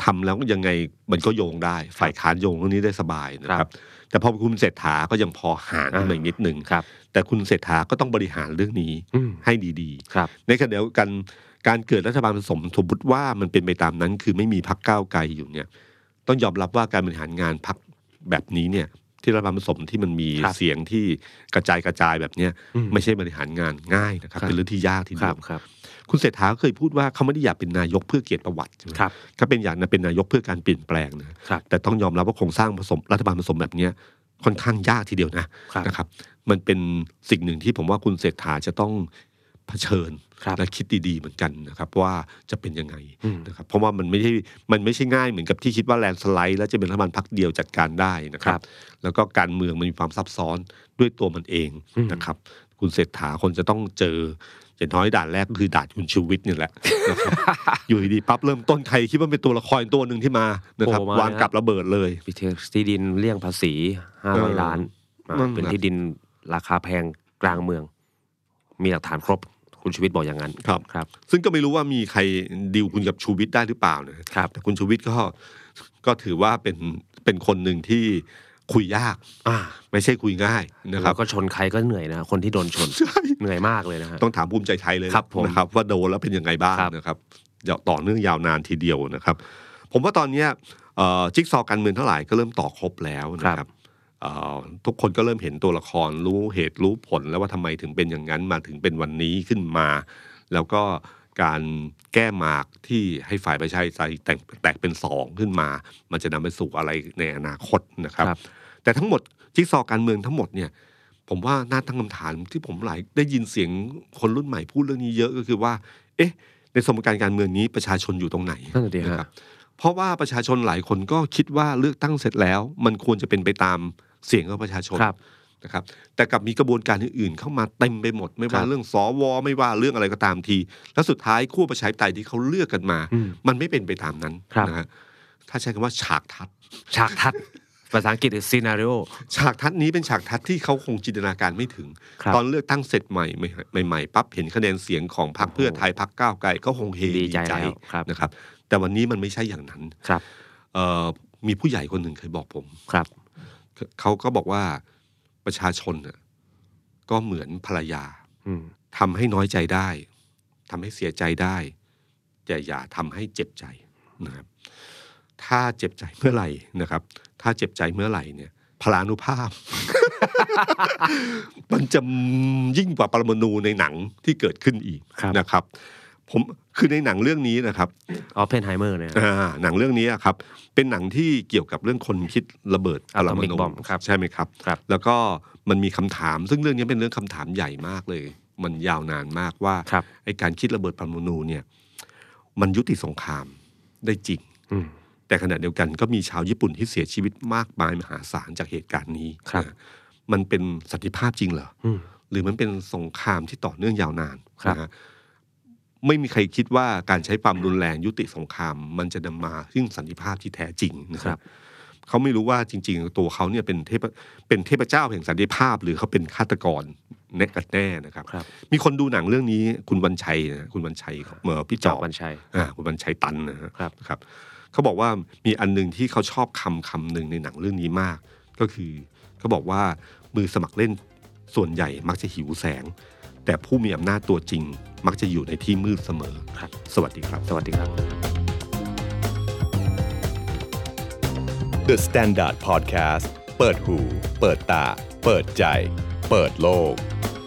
ำแล้วยังไงมันก็โยงได้ฝ่ายค้านโยงเรื่องนี้ได้สบายนะครับแต่พอคุณเศรษฐาก็ยังพอห่างขึ้นมาอีกนิดนึงแต่คุณเศรษฐาก็ต้องบริหารเรื่องนี้ให้ดีๆในขณะเดียวกันการเกิดรัฐบาลผสมสมมติว่ามันเป็นไปตามนั้นคือไม่มีพรรคก้าวไกลอยู่เนี่ยต้องยอมรับว่าการบริหารงานพรรคแบบนี้เนี่ยที่รัฐบาลผสมที่มันมีเสียงที่กระจายกระจายแบบนี้ไม่ใช่บริหารงานง่ายนะครับเป็นเรื่องที่ยากทีเดียวคุณเศรษฐาเคยพูดว่าเขาไม่ได้อยากเป็นนายกเพื่อเกียรติประวัติใช่ไหมเขาเป็นอยากเป็นนายกเพื่อการเปลี่ยนแปลงนะแต่ต้องยอมรับว่าโครงสร้างผสมรัฐบาลผสมแบบนี้ค่อนข้างยากทีเดียวนะนะครับมันเป็นสิ่งหนึ่งที่ผมว่าคุณเศรษฐาจะต้องเผชิญและคิดดีๆเหมือนกันนะครับว่าจะเป็นยังไงนะครับเพราะว่ามันไม่ใช่มันไม่ใช่ง่ายเหมือนกับที่คิดว่าแลนด์สไลด์แล้วจะเป็นรัฐบาลพรรคเดียวจัดการได้นะครับแล้วก็การเมืองมันมีความซับซ้อนด้วยตัวมันเองนะครับคุณเศรษฐาคนจะต้องเจออย่างน้อยด่านแรกก็คือด่านคุณชูวิทย์นี่แหละนะครับ อยู่ดีปั๊บเริ่มต้นใครคิดว่าเป็นตัวละครตัวหนึ่งที่มานะครับวางกับระเบิดเลยพิเทคที่ดินเลี่ยงภาษีห้าร้อยล้านเป็นที่ดินราคาแพงกลางเมืองมีหลักฐานครบคุณชูวิทย์บอกอย่างนั้นครับครับซึ่งก็ไม่รู้ว่ามีใครดีลคุณกับชูวิทย์ได้หรือเปล่านะครับแต่คุณชูวิทย์ก็ก็ถือว่าเป็นเป็นคนหนึ่งที่คุยยากไม่ใช่คุยง่ายนะครับก็ชนใครก็เหนื่อยนะคนที่โดนชนเหนื่อยมากเลยนะฮะต้องถามภูมิใจไทยเลยนะครับว่าโดนแล้วเป็นยังไงบ้างนะครับต่อเนื่องยาวนานทีเดียวนะครับผมว่าตอนนี้จิ๊กซอว์การเมืองทั้งหลายก็เริ่มต่อครบแล้วนะครับทุกคนก็เริ่มเห็นตัวละครรู้เหตุรู้ผลแล้วว่าทำไมถึงเป็นอย่างนั้นมาถึงเป็นวันนี้ขึ้นมาแล้วก็การแก้หมากที่ให้ฝ่ายประชาธิปไตยแตกแตกเป็นสองขึ้นมามันจะนำไปสู่อะไรในอนาคตนะครับแต่ทั้งหมดจิ๊กซอว์การเมืองทั้งหมดเนี่ยผมว่าน่าตั้งคำถามที่ผมหลายได้ยินเสียงคนรุ่นใหม่พูดเรื่องนี้เยอะก็คือว่าเอ๊ะในสมการการเมืองนี้ประชาชนอยู่ตรงไหนนะครับเพราะว่าประชาชนหลายคนก็คิดว่าเลือกตั้งเสร็จแล้วมันควรจะเป็นไปตามเสียงของประชาชนนะครับแต่กับมีกระบวนการอื่นๆเข้ามาเต็มไปหมดไม่ว่าเรื่องสวไม่ว่าเรื่องอะไรก็ตามทีแล้วสุดท้ายขั้วประชาธิปไตยที่เขาเลือกกันมามันไม่เป็นไปตามนั้นนะฮะถ้าใช้คำว่าฉากทัศน์ฉากทัศน์ภาษาอังกฤษคือ scenario ฉากทัศน์นี้เป็นฉากทัศน์ที่เขาคงจินตนาการไม่ถึงตอนเลือกตั้งเสร็จใหม่ใหม่ๆปั๊บเห็นคะแนนเสียงของพรรคเพื่อไทยพรรคก้าวไกลก็คงเฮดีใจนะครับแต่วันนี้มันไม่ใช่อย่างนั้นมีผู้ใหญ่คนหนึ่งเคยบอกผมเขาก็บอกว่าประชาชนก็เหมือนภรรยาทำให้น้อยใจได้ทำให้เสียใจได้แต่อย่าทำให้เจ็บใจนะครับถ้าเจ็บใจเมื่อไหร่นะครับถ้าเจ็บใจเมื่อไหร่เนี่ยพลานุภาพ มันจะยิ่งกว่าปรมาณูในหนังที่เกิดขึ้นอีกนะครับผมคือในหนังเรื่องนี้นะครับออปเพนไฮเมอร์เนี่ยหนังเรื่องนี้ครับเป็นหนังที่เกี่ยวกับเรื่องคนคิดระเบิดปรมาณูใช่ไหมครับแล้วก็มันมีคำถามซึ่งเรื่องนี้เป็นเรื่องคำถามใหญ่มากเลยมันยาวนานมากว่าไอ้การคิดระเบิดปรมาณูเนี่ยมันยุติสงครามได้จริงแต่ขณะเดียวกันก็มีชาวญี่ปุ่นที่เสียชีวิตมากมายมหาศาลจากเหตุการณ์นี้มันเป็นสันติภาพจริงเหรอหรือมันเป็นสงครามที่ต่อเนื่องยาวนานนะไม่มีใครคิดว่าการใช้ความรุนแรงยุติสงครามมันจะนำมาซึ่งสันติภาพที่แท้จริงนะครับเขาไม่รู้ว่าจริงๆตัวเขาเนี่ยเป็นเทพเป็นเทพเจ้าแห่งสันติภาพหรือเขาเป็นฆาตกรแน่กันแน่นะครับมีคนดูหนังเรื่องนี้คุณวันชัยนะคุณวันชัยเมื่อพี่จอวันชัยคุณวันชัยตันนะครับครับเขาบอกว่ามีอันนึงที่เขาชอบคำคำหนึ่งในหนังเรื่องนี้มากก็คือเขาบอกว่ามือสมัครเล่นส่วนใหญ่มักจะหิวแสงแต่ผู้มีอำนาจตัวจริงมักจะอยู่ในที่มืดเสมอครับสวัสดีครับสวัสดีครับ The Standard Podcast เปิดหูเปิดตาเปิดใจเปิดโลก